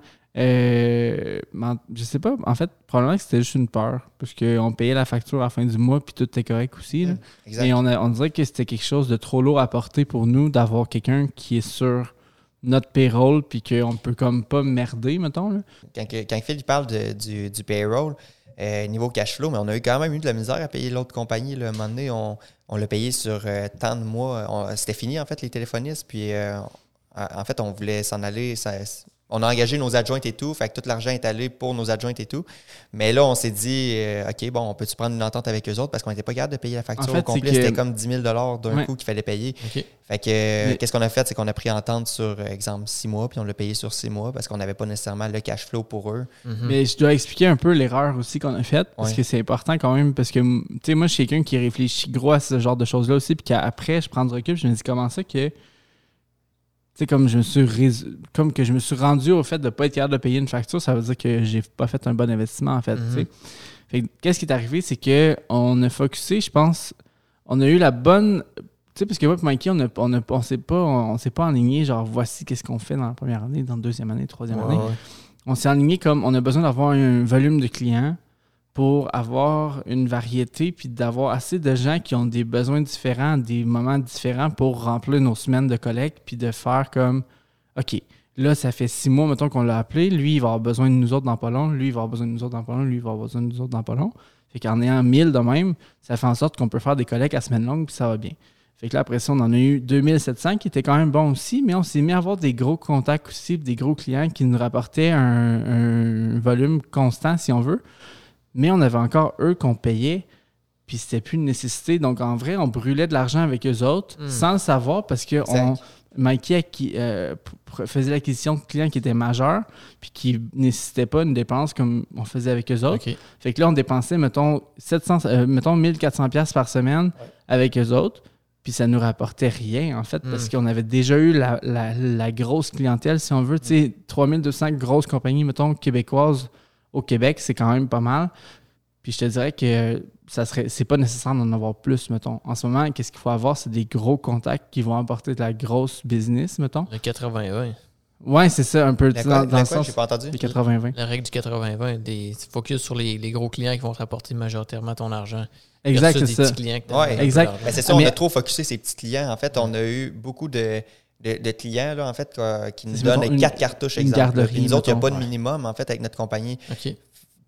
Euh, je sais pas, en fait, probablement que c'était juste une peur, parce qu'on payait la facture à la fin du mois, puis tout était correct aussi. Là. Mmh, et on, a, on dirait que c'était quelque chose de trop lourd à porter pour nous d'avoir quelqu'un qui est sur notre payroll, puis qu'on peut comme pas merder, mettons. Là. Quand, quand Phil parle de, du, du payroll, euh, niveau cash flow, mais on a eu quand même eu de la misère à payer l'autre compagnie. Là. À un moment donné, on, on l'a payé sur euh, tant de mois. On, c'était fini, en fait, les téléphonistes, puis euh, en fait, on voulait s'en aller. Ça, On a engagé nos adjointes et tout, fait que tout l'argent est allé pour nos adjointes et tout. Mais là, on s'est dit, euh, OK, bon, on peut-tu prendre une entente avec eux autres parce qu'on n'était pas capable de payer la facture en fait, au complet. Que... C'était comme dix mille dollars d'un ouais. coup qu'il fallait payer. Okay. Fait que, Mais... qu'est-ce qu'on a fait? C'est qu'on a pris entente sur, exemple, six mois, puis on l'a payé sur six mois parce qu'on n'avait pas nécessairement le cash flow pour eux. Mm-hmm. Mais je dois expliquer un peu l'erreur aussi qu'on a faite parce ouais. que c'est important quand même. Parce que, tu sais, moi, je suis quelqu'un qui réfléchit gros à ce genre de choses-là aussi, puis qu'après, je prends du recul, je me dis comment ça que. Tu sais, comme je me suis rés... comme que je me suis rendu au fait de ne pas être capable de payer une facture, ça veut dire que j'ai pas fait un bon investissement, en fait. Mm-hmm. Fait que, qu'est-ce qui est arrivé, c'est qu'on a focusé, je pense, on a eu la bonne. Tu sais, parce que moi et Mikey, on ne on a, on s'est pas, on, on s'est pas enligné, genre, voici qu'est-ce qu'on fait dans la première année, dans la deuxième année, troisième ouais, année. Ouais. On s'est enligné comme on a besoin d'avoir un volume de clients pour avoir une variété puis d'avoir assez de gens qui ont des besoins différents, des moments différents pour remplir nos semaines de collecte puis de faire comme, OK, là, ça fait six mois, mettons qu'on l'a appelé, lui, il va avoir besoin de nous autres dans pas long, lui, il va avoir besoin de nous autres dans pas long, lui, il va avoir besoin de nous autres dans pas long. Fait qu'en ayant mille de même, ça fait en sorte qu'on peut faire des collectes à semaine longue puis ça va bien. Fait que là, après ça, on en a eu deux mille sept cents qui étaient quand même bons aussi, mais on s'est mis à avoir des gros contacts aussi, des gros clients qui nous rapportaient un, un volume constant, si on veut. Mais on avait encore eux qu'on payait, puis c'était plus une nécessité. Donc, en vrai, on brûlait de l'argent avec eux autres mm. sans le savoir parce que on, Mikey qui, euh, faisait l'acquisition de clients qui étaient majeurs puis qui ne nécessitaient pas une dépense comme on faisait avec eux autres. Okay. Fait que là, on dépensait, mettons, sept cents, euh, mettons mille quatre cents dollars par semaine ouais. avec eux autres. Puis ça nous rapportait rien, en fait, parce mm. qu'on avait déjà eu la, la, la grosse clientèle, si on veut. Mm. Tu sais, trois mille deux cents grosses compagnies, mettons, québécoises au Québec, c'est quand même pas mal. Puis je te dirais que ça serait, c'est pas nécessaire d'en avoir plus, mettons. En ce moment, qu'est-ce qu'il faut avoir? C'est des gros contacts qui vont apporter de la grosse business, mettons. Le quatre-vingts vingt. Ouais, c'est ça, un peu. La dans, dans le sens, j'ai pas entendu. Les quatre-vingts vingt. La règle du quatre-vingts vingt, des focus sur les, les gros clients qui vont te rapporter majoritairement ton argent. Exact, c'est ça. Petits clients que ouais, exact. Ben, c'est ça, mais... on a trop focusé ces petits clients. En fait, on a eu beaucoup de... De, de clients là, en fait, euh, qui nous donnent une, quatre cartouches, exemple. Garderie, nous autres, il n'y a pas de minimum, en fait, avec notre compagnie. Okay.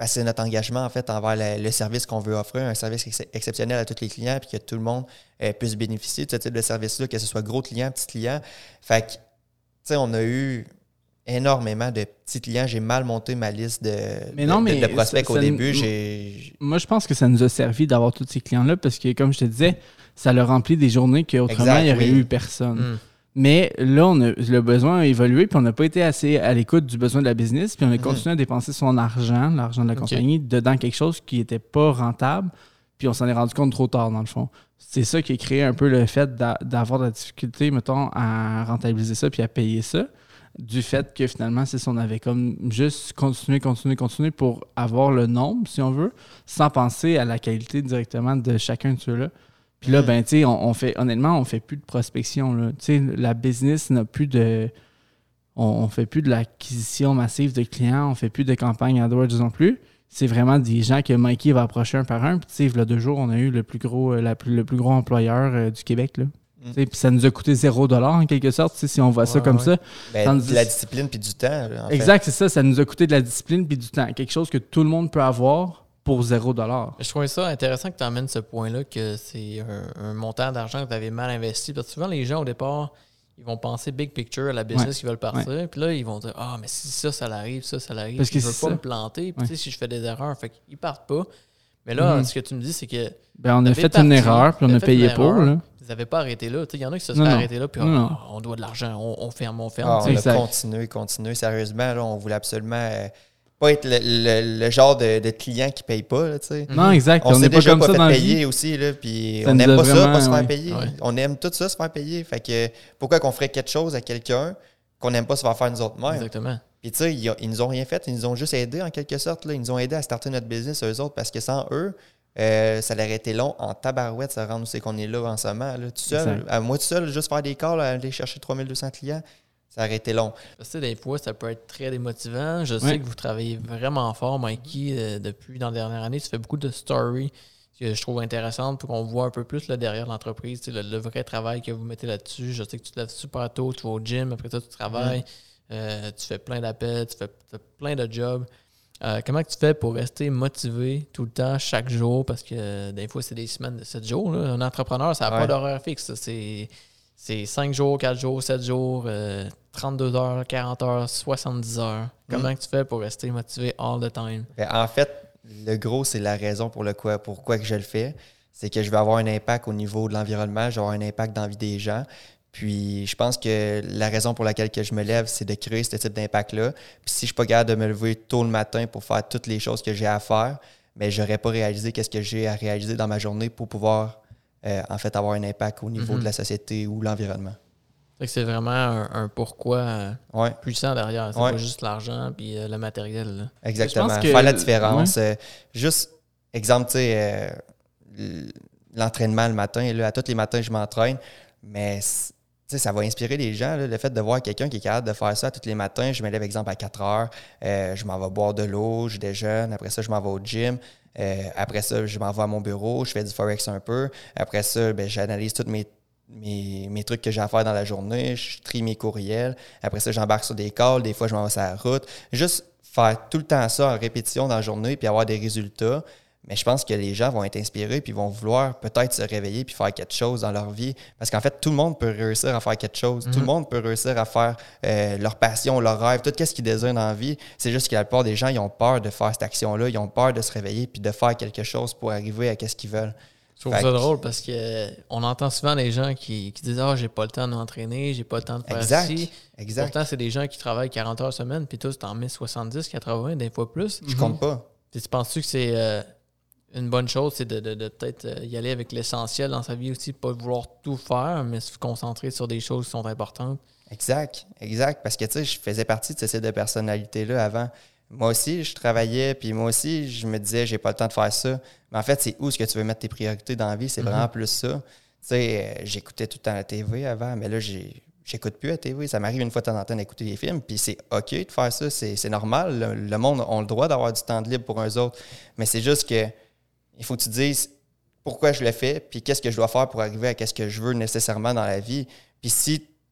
parce que c'est notre engagement, en fait, envers le, le service qu'on veut offrir, un service ex- exceptionnel à tous les clients, puis que tout le monde euh, puisse bénéficier de ce type de service-là, que ce soit gros clients, petits clients. Fait que, tu sais, on a eu énormément de petits clients. J'ai mal monté ma liste de, mais non, de, mais de prospects ça, au ça, début. J'ai... Moi, je pense que ça nous a servi d'avoir tous ces clients-là parce que, comme je te disais, ça leur remplit des journées qu'autrement, il n'y aurait oui. eu personne. Mm. Mais là, on a, le besoin a évolué, puis on n'a pas été assez à l'écoute du besoin de la business, puis on a continué mmh. à dépenser son argent, l'argent de la okay. compagnie, dedans quelque chose qui n'était pas rentable, puis on s'en est rendu compte trop tard, dans le fond. C'est ça qui a créé un peu le fait d'a, d'avoir de la difficulté, mettons, à rentabiliser ça, puis à payer ça, du fait que finalement, c'est ça, on avait comme juste continué, continué, continué pour avoir le nombre, si on veut, sans penser à la qualité directement de chacun de ceux-là. Puis là, ben, tu sais, on, on fait, honnêtement, on fait plus de prospection, là. Tu sais, la business n'a plus de... On, on fait plus de l'acquisition massive de clients, on fait plus de campagne AdWords non plus. C'est vraiment des gens que Mikey va approcher un par un. Puis, tu sais, il y a deux jours, on a eu le plus gros, la plus, le plus gros employeur euh, du Québec, là. Mm. Puis ça nous a coûté zéro dollar, en quelque sorte, si on voit ouais, ça comme ouais. ça. Ben, Tandis... de la discipline puis du temps, là, en exact, fait. C'est ça. Ça nous a coûté de la discipline puis du temps. Quelque chose que tout le monde peut avoir pour zéro dollar. Je trouvais ça intéressant que tu emmènes ce point-là, que c'est un, un montant d'argent que tu avais mal investi. Parce que souvent, les gens, au départ, ils vont penser big picture à la business ouais. qu'ils veulent partir. Ouais. Puis là, ils vont dire « Ah, mais si ça, ça l'arrive, ça, ça l'arrive. Je ne veux pas ça. me planter. Puis ouais. tu sais, si je fais des erreurs, fait qu'ils partent pas. » Mais là, mm-hmm. ce que tu me dis, c'est que... Ben, on a fait parti, une erreur, puis on a payé pour. Là. Vous n'avez pas arrêté là. Il y en a qui se sont arrêtés là, puis on, on doit de l'argent, on, on ferme, on ferme. Ah, on a continué, continué. Sérieusement, là, on voulait absolument... Euh, pas être le, le, le genre de, de client qui paye pas, là, tu sais. Non, exact. On, on s'est déjà pas, pas fait payer vie. Aussi, là, puis on n'aime pas ça, pas se faire ouais. payer. Ouais. On aime tout ça, se faire payer. Fait que pourquoi qu'on ferait quelque chose à quelqu'un qu'on n'aime pas se faire faire nous autres mêmes? Exactement. Puis tu sais, ils, ils nous ont rien fait, ils nous ont juste aidés en quelque sorte, là. Ils nous ont aidés à starter notre business, eux autres, parce que sans eux, euh, ça leur aurait été long en tabarouette, ça rend où c'est qu'on est là en ce moment, là, tout seul. À moi tout seul, juste faire des calls, aller chercher trois mille deux cents clients. Ça aurait été long. Parce que des fois, ça peut être très démotivant. Je sais ouais. que vous travaillez vraiment fort, Mikey, euh, depuis dans la dernière année. Tu fais beaucoup de stories que je trouve intéressantes pour qu'on voit un peu plus là, derrière l'entreprise, le, le vrai travail que vous mettez là-dessus. Je sais que tu te lèves super tôt, tu vas au gym, après ça, tu travailles, mmh. euh, tu fais plein d'appels, tu fais, tu fais plein de jobs. Euh, comment tu fais pour rester motivé tout le temps, chaque jour? Parce que euh, des fois, c'est des semaines de sept jours. Là. Un entrepreneur, ça n'a ouais. pas d'horaire fixe. Ça. C'est... C'est cinq jours, quatre jours, sept jours, euh, trente-deux heures, quarante heures, soixante-dix heures. Comment mm. tu fais pour rester motivé all the time? Bien, en fait, le gros, c'est la raison pour le quoi, pourquoi que je le fais. C'est que je vais avoir un impact au niveau de l'environnement, je vais avoir un impact dans la vie des gens. Puis je pense que la raison pour laquelle que je me lève, c'est de créer ce type d'impact-là. Puis si je ne suis pas capable de me lever tôt le matin pour faire toutes les choses que j'ai à faire, bien, je n'aurais pas réalisé qu'est-ce que j'ai à réaliser dans ma journée pour pouvoir... Euh, en fait, avoir un impact au niveau mm-hmm. de la société ou l'environnement. Fait que c'est vraiment un, un pourquoi euh, ouais. puissant derrière. C'est ouais. pas juste l'argent et euh, le matériel. Là. Exactement. Que... Faire la différence. Ouais. Euh, juste, exemple, tu sais, euh, l'entraînement le matin. Là, à tous les matins, je m'entraîne. Mais ça va inspirer les gens. Là, le fait de voir quelqu'un qui est capable de faire ça tous les matins. Je me lève, exemple, à quatre heures. Euh, je m'en vais boire de l'eau. Je déjeune. Après ça, je m'en vais au gym. Euh, après ça, je m'en vais à mon bureau, je fais du Forex un peu. Après ça, ben, j'analyse tous mes, mes, mes trucs que j'ai à faire dans la journée. Je trie mes courriels. Après ça, j'embarque sur des calls. Des fois, je m'en vais sur la route. Juste faire tout le temps ça en répétition dans la journée puis avoir des résultats. Mais je pense que les gens vont être inspirés puis vont vouloir peut-être se réveiller puis faire quelque chose dans leur vie. Parce qu'en fait, tout le monde peut réussir à faire quelque chose. Mm-hmm. Tout le monde peut réussir à faire euh, leur passion, leur rêve, tout ce qu'ils désirent dans la vie. C'est juste que la plupart des gens, ils ont peur de faire cette action-là. Ils ont peur de se réveiller puis de faire quelque chose pour arriver à ce qu'ils veulent. Je trouve fait ça que... drôle parce qu'on entend souvent des gens qui, qui disent « Ah, oh, j'ai pas le temps de m'entraîner, j'ai pas le temps de faire exact, ci. » Exact. Pourtant, c'est des gens qui travaillent quarante heures semaine puis tous, t'en mets soixante-dix, quatre-vingts, des fois plus. Je mm-hmm. compte pas. Puis tu penses-tu que c'est... Euh, une bonne chose, c'est de, de, de peut-être y aller avec l'essentiel dans sa vie aussi, de ne pas vouloir tout faire, mais se concentrer sur des choses qui sont importantes. Exact, exact. Parce que, tu sais, je faisais partie de ce type de personnalité-là avant. Moi aussi, je travaillais, puis moi aussi, je me disais, j'ai pas le temps de faire ça. Mais en fait, c'est où est-ce que tu veux mettre tes priorités dans la vie? C'est mm-hmm. vraiment plus ça. Tu sais, j'écoutais tout le temps la T V avant, mais là, j'ai... J'écoute plus la T V. Ça m'arrive une fois de temps en temps d'écouter des films, puis c'est OK de faire ça. C'est, c'est normal. Le, le monde a le droit d'avoir du temps de libre pour eux autres. Mais c'est juste que il faut que tu te dises pourquoi je le fais, puis qu'est-ce que je dois faire pour arriver à ce que je veux nécessairement dans la vie. Puis si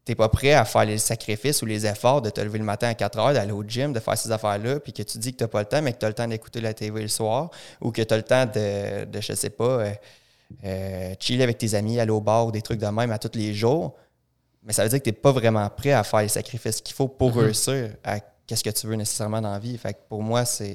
t'es pas prêt à faire les sacrifices ou les efforts de te lever le matin à quatre heures, d'aller au gym, de faire ces affaires-là, puis que tu dis que t'as pas le temps, mais que t'as le temps d'écouter la T V le soir, ou que t'as le temps de, de je sais pas, euh, euh, chiller avec tes amis, aller au bar ou des trucs de même à tous les jours, mais ça veut dire que t'es pas vraiment prêt à faire les sacrifices qu'il faut pour mm-hmm. réussir à qu'est-ce que tu veux nécessairement dans la vie. Fait que pour moi, c'est,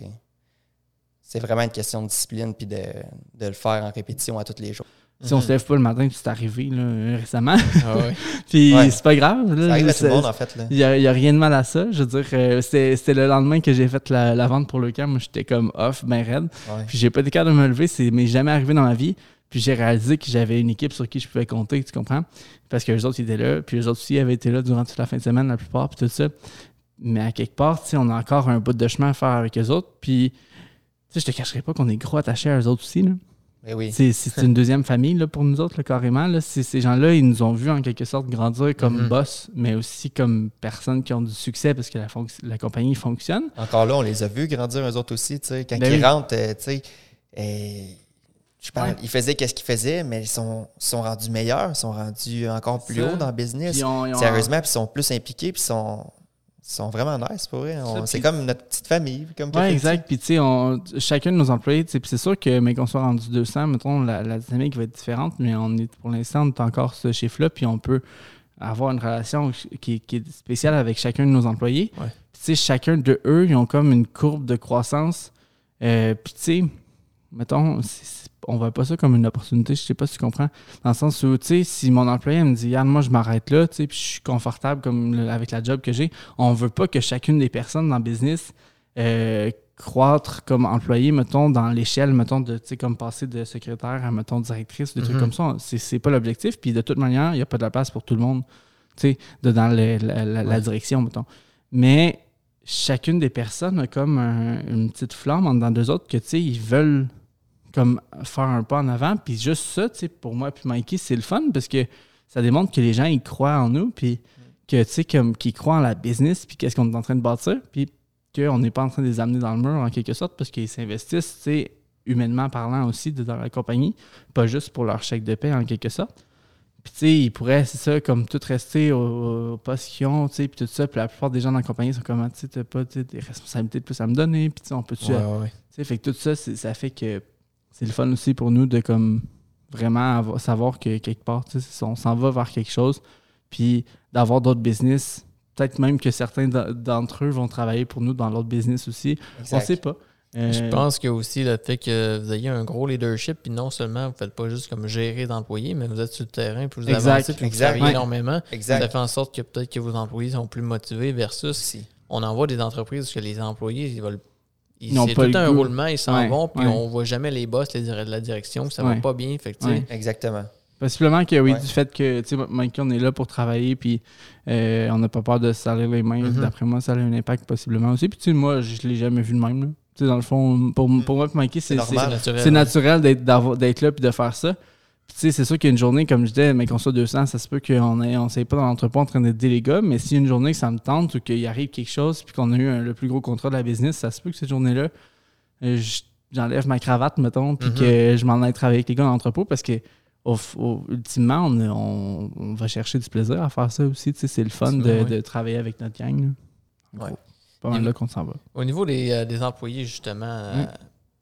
c'est vraiment une question de discipline puis de, de le faire en répétition à tous les jours. Si on se lève pas le matin, puis c'est arrivé là, récemment. Ah ouais. Puis ouais. c'est pas grave. Là, ça arrive à tout le monde, en fait. Il n'y a, a rien de mal à ça. Je veux dire, euh, c'était, c'était le lendemain que j'ai fait la, la vente pour le camp. Moi, j'étais comme off, ben raide. Ouais. Puis j'ai pas été capable de me lever. C'est m'est jamais arrivé dans ma vie. Puis j'ai réalisé que j'avais une équipe sur qui je pouvais compter, tu comprends? Parce que les autres ils étaient là. Puis les autres aussi avaient été là durant toute la fin de semaine, la plupart, puis tout ça. Mais à quelque part, tu sais, on a encore un bout de chemin à faire avec eux autres. Puis, tu sais, je te cacherai pas qu'on est gros attachés à eux autres aussi, là. Mais oui. C'est, c'est une deuxième famille là, pour nous autres, là, carrément. Là. C'est, ces gens-là, ils nous ont vus en quelque sorte grandir comme mm-hmm. boss, mais aussi comme personnes qui ont du succès parce que la, fonc- la compagnie fonctionne. Encore là, on les a vus grandir eux autres aussi. T'sais. Quand ben ils oui. rentrent, euh, tu sais, euh, je parle, ouais. ils faisaient qu'est-ce qu'ils faisaient, mais ils sont, sont rendus meilleurs, ils sont rendus encore plus haut dans le business. Ils ont, ils ont... Sérieusement, puis ils sont plus impliqués, puis ils sont... Ils sont vraiment nice, pour vrai. On, ça, c'est comme notre petite famille. Oui, exact. Puis, tu sais, chacun de nos employés, puis c'est sûr que, mais qu'on soit rendu deux cents, mettons, la, la dynamique va être différente, mais on est, pour l'instant, on est encore ce chiffre-là, puis on peut avoir une relation qui, qui est spéciale avec chacun de nos employés. Ouais. Puis, tu sais, chacun de eux, ils ont comme une courbe de croissance. Euh, puis, tu sais, mettons, c'est, on voit pas ça comme une opportunité, je sais pas si tu comprends. Dans le sens où, tu sais, si mon employé me dit, Yann, moi, je m'arrête là, tu sais, puis je suis confortable comme le, avec la job que j'ai, on veut pas que chacune des personnes dans le business euh, croître comme employé, mettons, dans l'échelle, mettons, de, tu sais, comme passer de secrétaire à, mettons, directrice, des mm-hmm. trucs comme ça. C'est, c'est pas l'objectif. Puis de toute manière, il n'y a pas de la place pour tout le monde, tu sais, dans le, la, la, ouais. la direction, mettons. Mais chacune des personnes a comme un, une petite flamme en dedans d'eux autres que, tu sais, ils veulent comme faire un pas en avant, puis juste ça, tu sais, pour moi puis Mikey, c'est le fun parce que ça démontre que les gens, ils croient en nous, puis que, tu sais, comme qu'ils croient en la business, puis qu'est-ce qu'on est en train de bâtir, puis qu'on n'est pas en train de les amener dans le mur en quelque sorte parce qu'ils s'investissent, tu sais, humainement parlant aussi dans la compagnie, pas juste pour leur chèque de paie en quelque sorte. Puis, tu sais, ils pourraient, c'est ça, comme tout rester au, au poste qu'ils ont, tu sais, puis tout ça, puis la plupart des gens dans la compagnie sont comme, tu sais, t'as pas des responsabilités de plus à me donner, puis tu sais, on peut-tu... Ouais, ouais. Tu sais, fait que tout ça, c'est, ça fait que c'est le fun aussi pour nous de comme vraiment avoir, savoir que quelque part, on s'en va vers quelque chose, puis d'avoir d'autres business. Peut-être même que certains d'entre eux vont travailler pour nous dans l'autre business aussi. Exact. On ne sait pas. Euh, Je pense qu'il y a aussi le fait que vous ayez un gros leadership, puis non seulement vous ne faites pas juste comme gérer d'employés, mais vous êtes sur le terrain, puis vous exact. avancez, puis exact. vous travaillez ouais. énormément. Exact. Ça fait en sorte que peut-être que vos employés sont plus motivés versus si on envoie des entreprises que les employés, ils veulent Ils, c'est tout un goût. roulement, ils s'en ouais, vont, puis ouais. on voit jamais les boss, les de la direction, ça ouais. va pas bien. Fait que, ouais. Exactement. Possiblement que oui, ouais. du fait que, tu sais, Mikey, on est là pour travailler, puis euh, on n'a pas peur de se salir les mains. Mm-hmm. D'après moi, ça a un impact possiblement aussi. Puis, tu sais, moi, je l'ai jamais vu de même. Tu sais, dans le fond, pour, pour moi, Mikey, c'est, c'est, c'est naturel, c'est naturel d'être, d'être là puis de faire ça. Puis, tu sais, c'est sûr qu'il y a une journée, comme je disais, mais qu'on soit deux cents, ça se peut qu'on ne on soit pas dans l'entrepôt en train d'aider les gars, mais s'il y a une journée que ça me tente ou qu'il arrive quelque chose, puis qu'on a eu un, le plus gros contrat de la business, ça se peut que cette journée-là, je, j'enlève ma cravate, mettons, puis mm-hmm. que je m'en aille travailler avec les gars dans l'entrepôt parce que, au, au, ultimement, on, on, on va chercher du plaisir à faire ça aussi. Tu sais, c'est le fun de, vrai, ouais. de travailler avec notre gang. Ouais. Pas mal là qu'on s'en va. Au niveau des, euh, des employés, justement, mm. euh,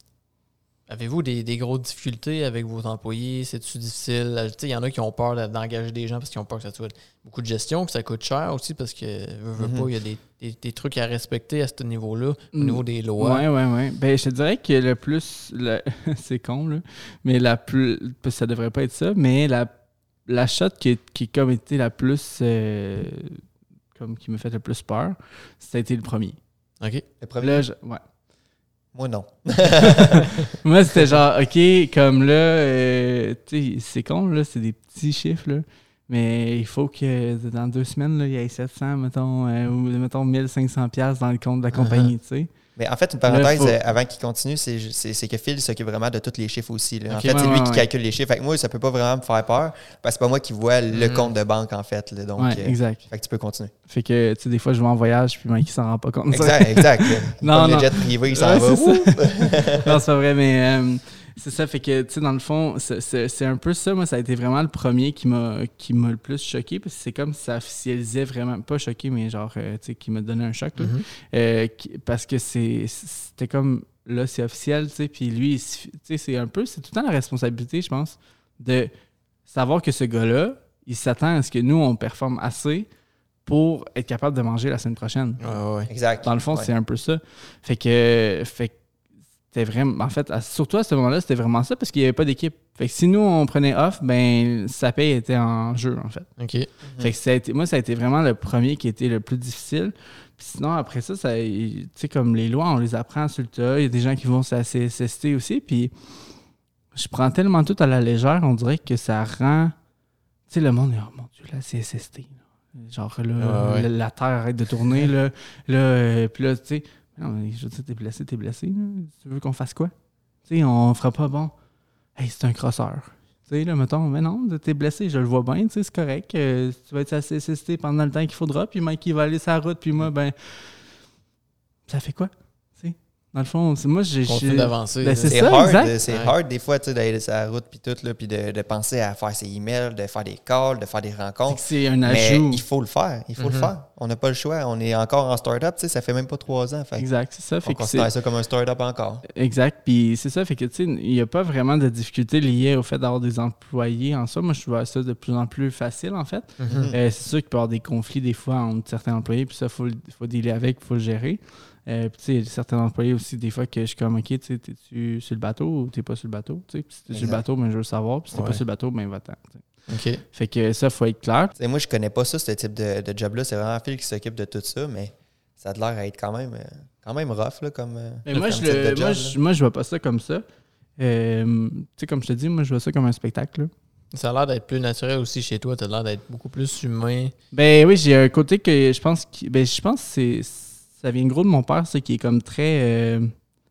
avez-vous des, des grosses difficultés avec vos employés? C'est-tu difficile? Il y en a qui ont peur d'engager des gens parce qu'ils ont peur que ça soit beaucoup de gestion, que ça coûte cher aussi parce que, veux, veux mm-hmm. pas, il y a des, des, des trucs à respecter à ce niveau-là, au mm. niveau des lois. Oui, oui, oui. Ben, je te dirais que le plus... Le, c'est con, là, mais la plus... Ça devrait pas être ça, mais la, la shot qui, qui a comme été la plus... Euh, comme qui m'a fait le plus peur, ça a été le premier. OK. Le premier? Là, je, ouais. Moi, non. Moi, c'était genre, OK, comme là, euh, tu sais, c'est con, là, c'est des petits chiffres, là, mais il faut que dans deux semaines, là, il y ait sept cents, mettons, euh, ou mettons mille cinq cents dollars dans le compte de la compagnie, uh-huh. tu sais. Mais en fait, une parenthèse, là, faut... avant qu'il continue, c'est, c'est, c'est que Phil s'occupe vraiment de tous les chiffres aussi. Là. Okay, en fait, ouais, c'est lui ouais, qui ouais. calcule les chiffres. Fait que moi, ça peut pas vraiment me faire peur parce que c'est pas moi qui vois le mm. compte de banque, en fait. Là. Donc, ouais, exact. Euh, fait que tu peux continuer. Fait que, tu sais, des fois, je vais en voyage puis Mike, il s'en rend pas compte. Exact, exact. non, Comme non. le jet privé, il s'en ouais, va. C'est non, c'est pas vrai, mais... Euh, C'est ça, fait que, tu sais, dans le fond, c'est, c'est, c'est un peu ça. Moi, ça a été vraiment le premier qui m'a, qui m'a le plus choqué, parce que c'est comme si ça officialisait vraiment, pas choqué, mais genre, euh, tu sais, qui m'a donné un choc, là. Mm-hmm. Euh, qui, parce que c'est, c'était comme, là, c'est officiel, tu sais, puis lui, tu sais, c'est un peu, c'est tout le temps la responsabilité, je pense, de savoir que ce gars-là, il s'attend à ce que nous, on performe assez pour être capable de manger la semaine prochaine. Ouais, ouais. Exact. Dans le fond, ouais. c'est un peu ça. Fait que, fait que c'était vraiment, en fait, surtout à ce moment-là, c'était vraiment ça parce qu'il n'y avait pas d'équipe. Fait que si nous, on prenait off, ben sa paye était en jeu, en fait. OK. Mm-hmm. Fait que ça a été, moi, ça a été vraiment le premier qui était le plus difficile. Puis sinon, après ça, ça tu sais, comme les lois, on les apprend sur le tas. Il y a des gens qui vont sur la C S S T aussi. Puis je prends tellement tout à la légère, on dirait que ça rend... Tu sais, le monde, oh mon Dieu, la C S S T, là. Genre, là, ah, ouais. la, la Terre arrête de tourner, là. là euh, puis là, tu sais... Non, je veux dire, t'es blessé, t'es blessé. Là. Tu veux qu'on fasse quoi? Tu sais, on fera pas bon. Hey, c'est un crosseur. Tu sais, là, mettons, mais non, t'es blessé, je le vois bien, tu sais, c'est correct. Euh, tu vas être à C S S T pendant le temps qu'il faudra, puis Mikey va aller sur la route, puis moi, ben. Ça fait quoi? Tu sais, dans le fond, c'est moi, j'ai. Continue d'avancer. Ben, c'est c'est ça, hard, exact. C'est ouais. hard, des fois, tu sais, d'aller sur la route, puis tout, là, puis de, de penser à faire ses emails, de faire des calls, de faire des rencontres. C'est, c'est un ajout. Mais il faut le faire. Il faut mm-hmm. le faire. On n'a pas le choix. On est encore en start-up, tu sais, ça fait même pas trois ans. Fait exact, c'est ça. Fait on que considère c'est... ça comme un start-up encore. Exact. Puis c'est ça, fait que, tu sais, il n'y a pas vraiment de difficulté liée au fait d'avoir des employés en ça. Moi, je vois ça de plus en plus facile, en fait. Mm-hmm. Euh, c'est sûr qu'il peut y avoir des conflits, des fois, entre certains employés, puis ça, il faut, faut dealer avec, il faut le gérer. Euh, puis, tu sais, certains employés aussi, des fois, que je suis comme, OK, tu sais, t'es-tu sur le bateau ou t'es pas sur le bateau? Tu sais, puis si t'es sur le bateau, ben, je veux le savoir. Puis si t'es ouais. pas sur le bateau, ben, va-t'en. OK. Fait que ça, il faut être clair. T'sais, moi, je connais pas ça, ce type de, de job-là. C'est vraiment Phil qui s'occupe de tout ça, mais ça a l'air à être quand même, quand même rough, là, comme. Mais moi, comme je le, job, moi, je, moi, je vois pas ça comme ça. Euh, tu sais, comme je te dis, moi, je vois ça comme un spectacle, là. Ça a l'air d'être plus naturel aussi chez toi. Tu as l'air d'être beaucoup plus humain. Ben oui, j'ai un côté que je pense que. Ben, je pense que c'est. Ça vient gros de mon père, ça, qui est comme très... Euh,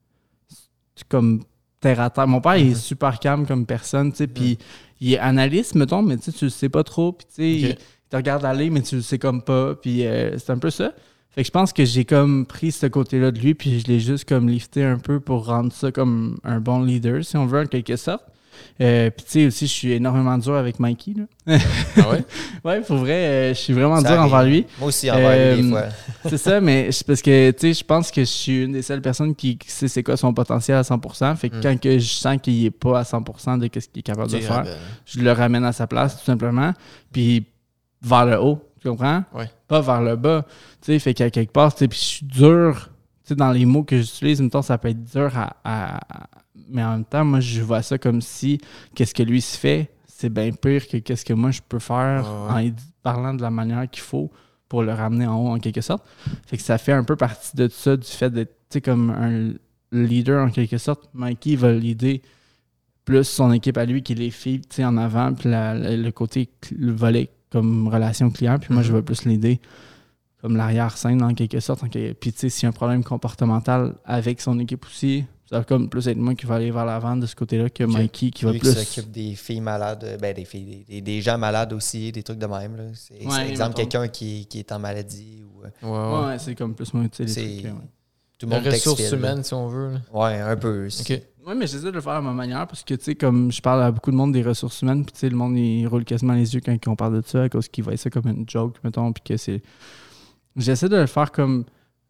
comme terre à terre. Mon père, mm-hmm. il est super calme comme personne, tu sais, puis mm-hmm. il est analyste, mettons, mais tu sais, tu le sais pas trop, puis tu sais, okay. il, il te regarde aller, mais tu le sais comme pas, puis euh, c'est un peu ça. Fait que je pense que j'ai comme pris ce côté-là de lui, puis je l'ai juste comme lifté un peu pour rendre ça comme un bon leader, si on veut, en quelque sorte. Euh, puis tu sais aussi, je suis énormément dur avec Mikey, là. Ah ouais? Ouais, pour vrai, euh, je suis vraiment ça dur arrive. Envers lui. Moi aussi envers euh, lui, des fois. C'est ça, mais c'est parce que, tu sais, je pense que je suis une des seules personnes qui, qui sait c'est quoi son potentiel à cent pour cent. Fait que mm. quand que je sens qu'il est pas à cent pour cent de ce qu'il est capable tu de faire, rappelles. Je le ramène à sa place, tout simplement. Puis vers le haut, tu comprends? Ouais. Pas vers le bas. Tu sais, fait qu'à quelque part, tu sais, puis je suis dur, tu sais, dans les mots que j'utilise, en même temps, ça peut être dur à, à, à... Mais en même temps, moi, je vois ça comme si qu'est-ce que lui se fait, c'est bien pire que qu'est-ce que moi, je peux faire oh, ouais. en parlant de la manière qu'il faut pour le ramener en haut, en quelque sorte. Fait que ça fait un peu partie de ça, du fait d'être, tu sais, comme un leader, en quelque sorte. Mikey va leader plus son équipe à lui qui les filles, tu sais, en avant, puis la, le côté, le volet comme relation client, puis mm-hmm. moi, je vais plus l'aider comme l'arrière-scène, en quelque sorte. En quelque... Puis, tu sais, s'il y a un problème comportemental avec son équipe aussi, ça va comme plus être moi qui va aller vers l'avant de ce côté-là que Mikey qui va lui plus... qui s'occupe des filles malades, ben des filles, des, des gens malades aussi, des trucs de même. Là. C'est, ouais, c'est exemple quelqu'un qui, qui est en maladie. Ou, ouais, ouais. ouais, c'est comme plus moi, tu sais, c'est... les trucs. Ouais. Tout le monde ressources humaines, là. Si on veut. Là. Ouais, un peu. Okay. Oui, mais j'essaie de le faire à ma manière parce que, tu sais, comme je parle à beaucoup de monde des ressources humaines, puis tu sais, le monde, il roule quasiment les yeux quand on parle de ça à cause qu'ils voient ça comme une joke, mettons, puis que c'est... J'essaie de le faire comme...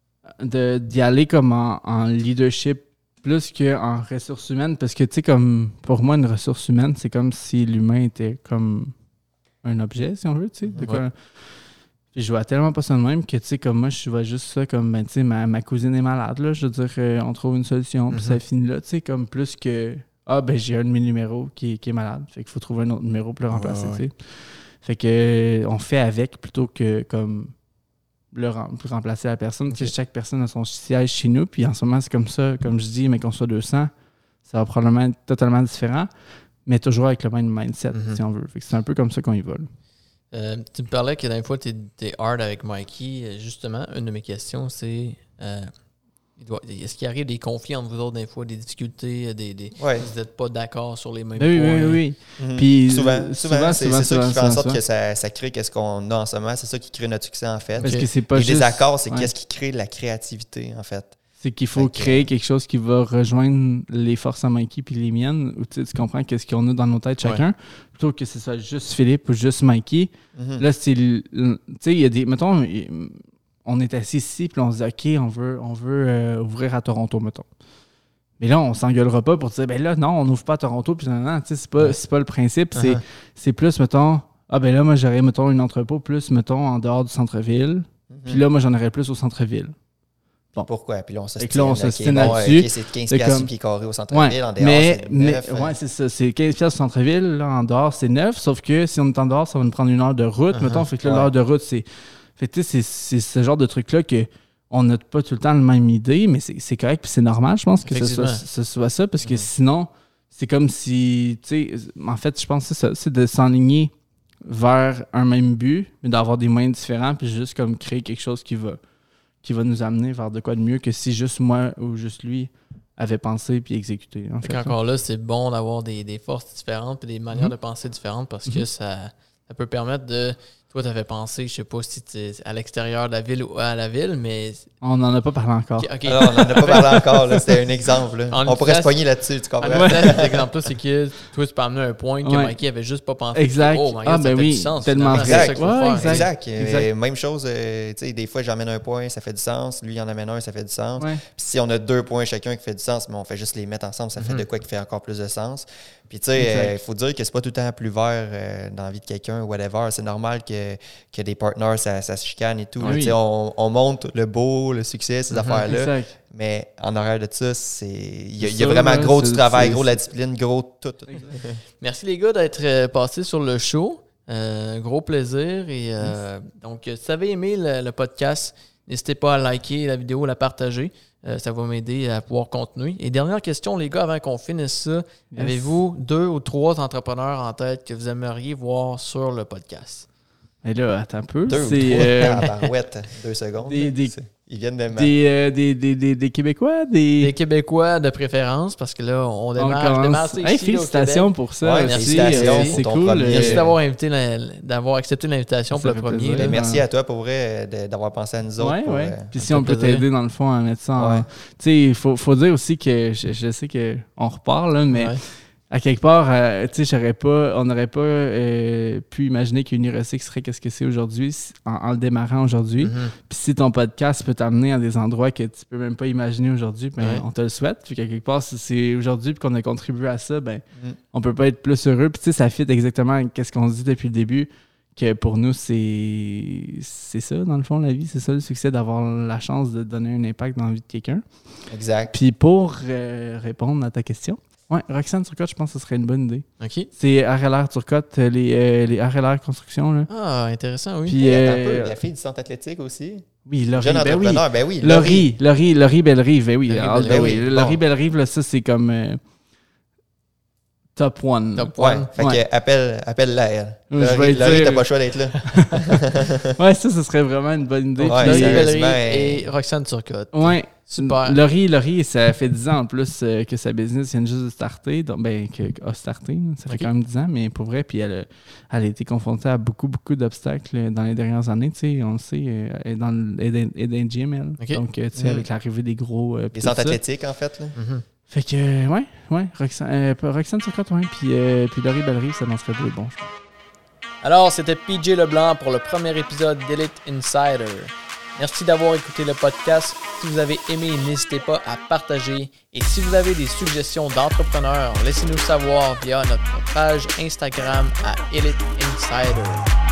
De, d'y aller comme en, en leadership plus qu'en ressources humaines, parce que, tu sais, comme, pour moi, une ressource humaine, c'est comme si l'humain était comme un objet, si on veut, tu sais. Ouais. Quoi. Puis je vois tellement pas ça de même que, tu sais, comme moi, je vois juste ça comme, ben, tu sais, ma, ma cousine est malade, là, je veux dire, euh, on trouve une solution, puis mm-hmm. ça finit là, tu sais, comme plus que, ah, ben, j'ai un de mes numéros qui, qui est malade, fait qu'il faut trouver un autre numéro pour le remplacer, ouais, ouais. tu sais. Fait que, euh, on fait avec plutôt que, comme, le rem- remplacer la personne. Okay. Chaque personne a son siège chez nous, puis en ce moment, c'est comme ça, comme je dis, mais qu'on soit deux cents, ça va probablement être totalement différent, mais toujours avec le même mindset, mm-hmm. si on veut. Fait que c'est un peu comme ça qu'on y va. Euh, tu me parlais que dans fois, tu es hard avec Mikey. Justement, une de mes questions, c'est euh, il doit, est-ce qu'il arrive des conflits entre vous autres des fois, des difficultés, des, des, ouais. vous n'êtes pas d'accord sur les mêmes oui, points? Oui, oui, oui. Mm-hmm. Puis, souvent, souvent, souvent, c'est, souvent, c'est souvent, ça qui fait souvent, en sorte souvent. que ça, ça crée qu'est-ce qu'on a en ce moment. C'est ça qui crée notre succès, en fait. Parce que c'est pas les juste... désaccords, c'est ouais. qu'est-ce qui crée la créativité, en fait. C'est qu'il faut okay. créer quelque chose qui va rejoindre les forces à Mikey puis les miennes, où tu comprends qu'est-ce qu'on a dans nos têtes chacun, ouais. plutôt que ce soit juste Philippe ou juste Mikey. Mm-hmm. Là, c'est... Tu sais, il y a des... Mettons, on est assis ici, puis on se dit, OK, on veut, on veut euh, ouvrir à Toronto, mettons. Mais là, on s'engueulera pas pour dire, ben là, non, on n'ouvre pas à Toronto, puis non, non, tu sais, c'est pas, ouais. c'est pas le principe. Uh-huh. C'est, c'est plus, mettons, ah ben là, moi, j'aurais, mettons, une entrepôt plus, mettons, en dehors du centre-ville, mm-hmm. puis là, moi, j'en aurais plus au centre-ville. Bon. Pourquoi? Puis là, on se stine. Là, on se stine okay, là-dessus. Okay, c'est quinze piastres comme... pieds carrés au centre-ville. Ouais, en dehors, mais, c'est neuf. Mais, ouais, c'est ça. C'est quinze piastres au centre-ville. Là, en dehors, c'est neuf. Sauf que si on est en dehors, ça va nous prendre une heure de route. Uh-huh. Mettons, fait que là, ouais. l'heure de route, c'est... Fait que, c'est, c'est ce genre de truc-là qu'on n'a pas tout le temps la même idée, mais c'est, c'est correct. Puis c'est normal, je pense, que ce soit, ce soit ça. Parce que uh-huh. sinon, c'est comme si... Tu sais, en fait, je pense que c'est ça. C'est de s'enligner vers un même but, mais d'avoir des moyens différents, puis juste comme créer quelque chose qui va... qui va nous amener vers de quoi de mieux que si juste moi ou juste lui avait pensé puis exécuté. En fait, encore là, c'est bon d'avoir des, des forces différentes et des manières mm-hmm. de penser différentes parce mm-hmm. que ça, ça peut permettre de... Toi, tu avais pensé, je sais pas si tu es à l'extérieur de la ville ou à la ville, mais... On n'en a pas parlé encore. Okay, okay. Alors, on n'en a pas parlé encore. Là. C'était un exemple. Là. On pourrait se pogner là-dessus, tu comprends? En cet exemple-là, c'est que toi, tu peux amener un point que ouais. Mikey avait juste pas pensé. Exact. Oh, my God, ah, ça ben fait oui, du sens. Tellement exact. Ouais, exact. exact. exact. Même chose, euh, tu sais, des fois, j'emmène un point, ça fait du sens. Lui, il en amène un, ça fait du sens. Ouais. Puis si on a deux points chacun qui fait du sens, mais on fait juste les mettre ensemble, ça mm-hmm. fait de quoi qui fait encore plus de sens. Puis tu sais, il euh, faut dire que c'est pas tout le temps plus vert euh, dans la vie de quelqu'un ou whatever. C'est normal que, que des partenaires, ça, ça se chicane et tout. Oui. Tu sais, on, on monte le beau, le succès, ces mm-hmm. affaires-là. Exact. Mais en arrière de ça, c'est il y a, y a vraiment gros du travail, gros de la discipline, gros tout. tout. Merci les gars d'être passés sur le show. Euh, gros plaisir. Et euh, donc, si vous avez aimé le, le podcast, n'hésitez pas à liker la vidéo, à la partager. Euh, ça va m'aider à pouvoir continuer. Et dernière question, les gars, avant qu'on finisse ça, yes. avez-vous deux ou trois entrepreneurs en tête que vous aimeriez voir sur le podcast? Et là, attends un peu. Deux c'est, ou trois. Euh... Ah, barouette, deux secondes. Des, des, Ils viennent de des, euh, des, des, des, des Québécois? Des... des Québécois de préférence, parce que là, on démarre. On démarre ici, hey, félicitations pour ça. Ouais, merci. Félicitations euh, pour c'est ton cool. premier. Merci d'avoir, invité la, d'avoir accepté l'invitation ça pour le premier. Ben, merci à toi pour vrai de, d'avoir pensé à nous autres. Ouais, pour, ouais. Euh, Puis si on peut plaisir. t'aider dans le fond à mettre ça en... Ouais. Tu sais, il faut, faut dire aussi que je, je sais qu'on repart, là, mais... Ouais. À quelque part, euh, tu sais, j'aurais pas, on n'aurait pas euh, pu imaginer qu'Unirecyc serait qu'est-ce que c'est aujourd'hui en, en le démarrant aujourd'hui. Mm-hmm. Puis si ton podcast peut t'amener à des endroits que tu peux même pas imaginer aujourd'hui, ben ouais. on te le souhaite. Puis qu'à quelque part, si c'est aujourd'hui puis qu'on a contribué à ça, ben mm. on peut pas être plus heureux. Puis tu sais, ça fit exactement qu'est-ce qu'on se dit depuis le début, que pour nous, c'est c'est ça, dans le fond, la vie. C'est ça le succès, d'avoir la chance de donner un impact dans la vie de quelqu'un. Exact. Puis pour euh, répondre à ta question, oui, Roxane Turcotte, je pense que ce serait une bonne idée. OK. C'est R L R Turcotte, les, euh, les R L R Construction. Là. Ah, intéressant, oui. Puis, euh, un peu, la fille du centre athlétique aussi. Oui, Laurie, jeune ben entrepreneur, oui. ben oui. Laurie, Laurie, Laurie Bellerive, ben oui. Laurie Alors, ben oui. Bon. Laurie Bellerive, là, ça, c'est comme euh, top one. Top ouais, one. Fait ouais. que appelle, appelle-la, elle. Je Laurie, vais Laurie dire... t'as pas le choix d'être là. ouais, ça, ce serait vraiment une bonne idée. Ouais, Laurie Bellerive et Roxane Turcotte. Ouais. Super. Laurie, Laurie, ça fait dix ans en plus euh, que sa business vient juste de starter. Donc, ben, que, a starté. Ça fait okay. quand même dix ans, mais pour vrai. Puis elle a, elle a été confrontée à beaucoup, beaucoup d'obstacles dans les dernières années. Tu sais, on le sait, elle est dans le gym, elle. Okay. Donc, tu sais, mmh. avec l'arrivée des gros. Euh, les centres athlétiques, en fait. Là. Mm-hmm. Fait que, euh, ouais, ouais. Roxane, euh, Roxane Turcotte, ouais. Puis, euh, puis Laurie Bellerive, ça m'en serait deux bons, je pense. Alors, c'était P J Leblanc pour le premier épisode d'Elite Insider. Merci d'avoir écouté le podcast. Si vous avez aimé, n'hésitez pas à partager. Et si vous avez des suggestions d'entrepreneurs, laissez-nous savoir via notre page Instagram à Elite Insider.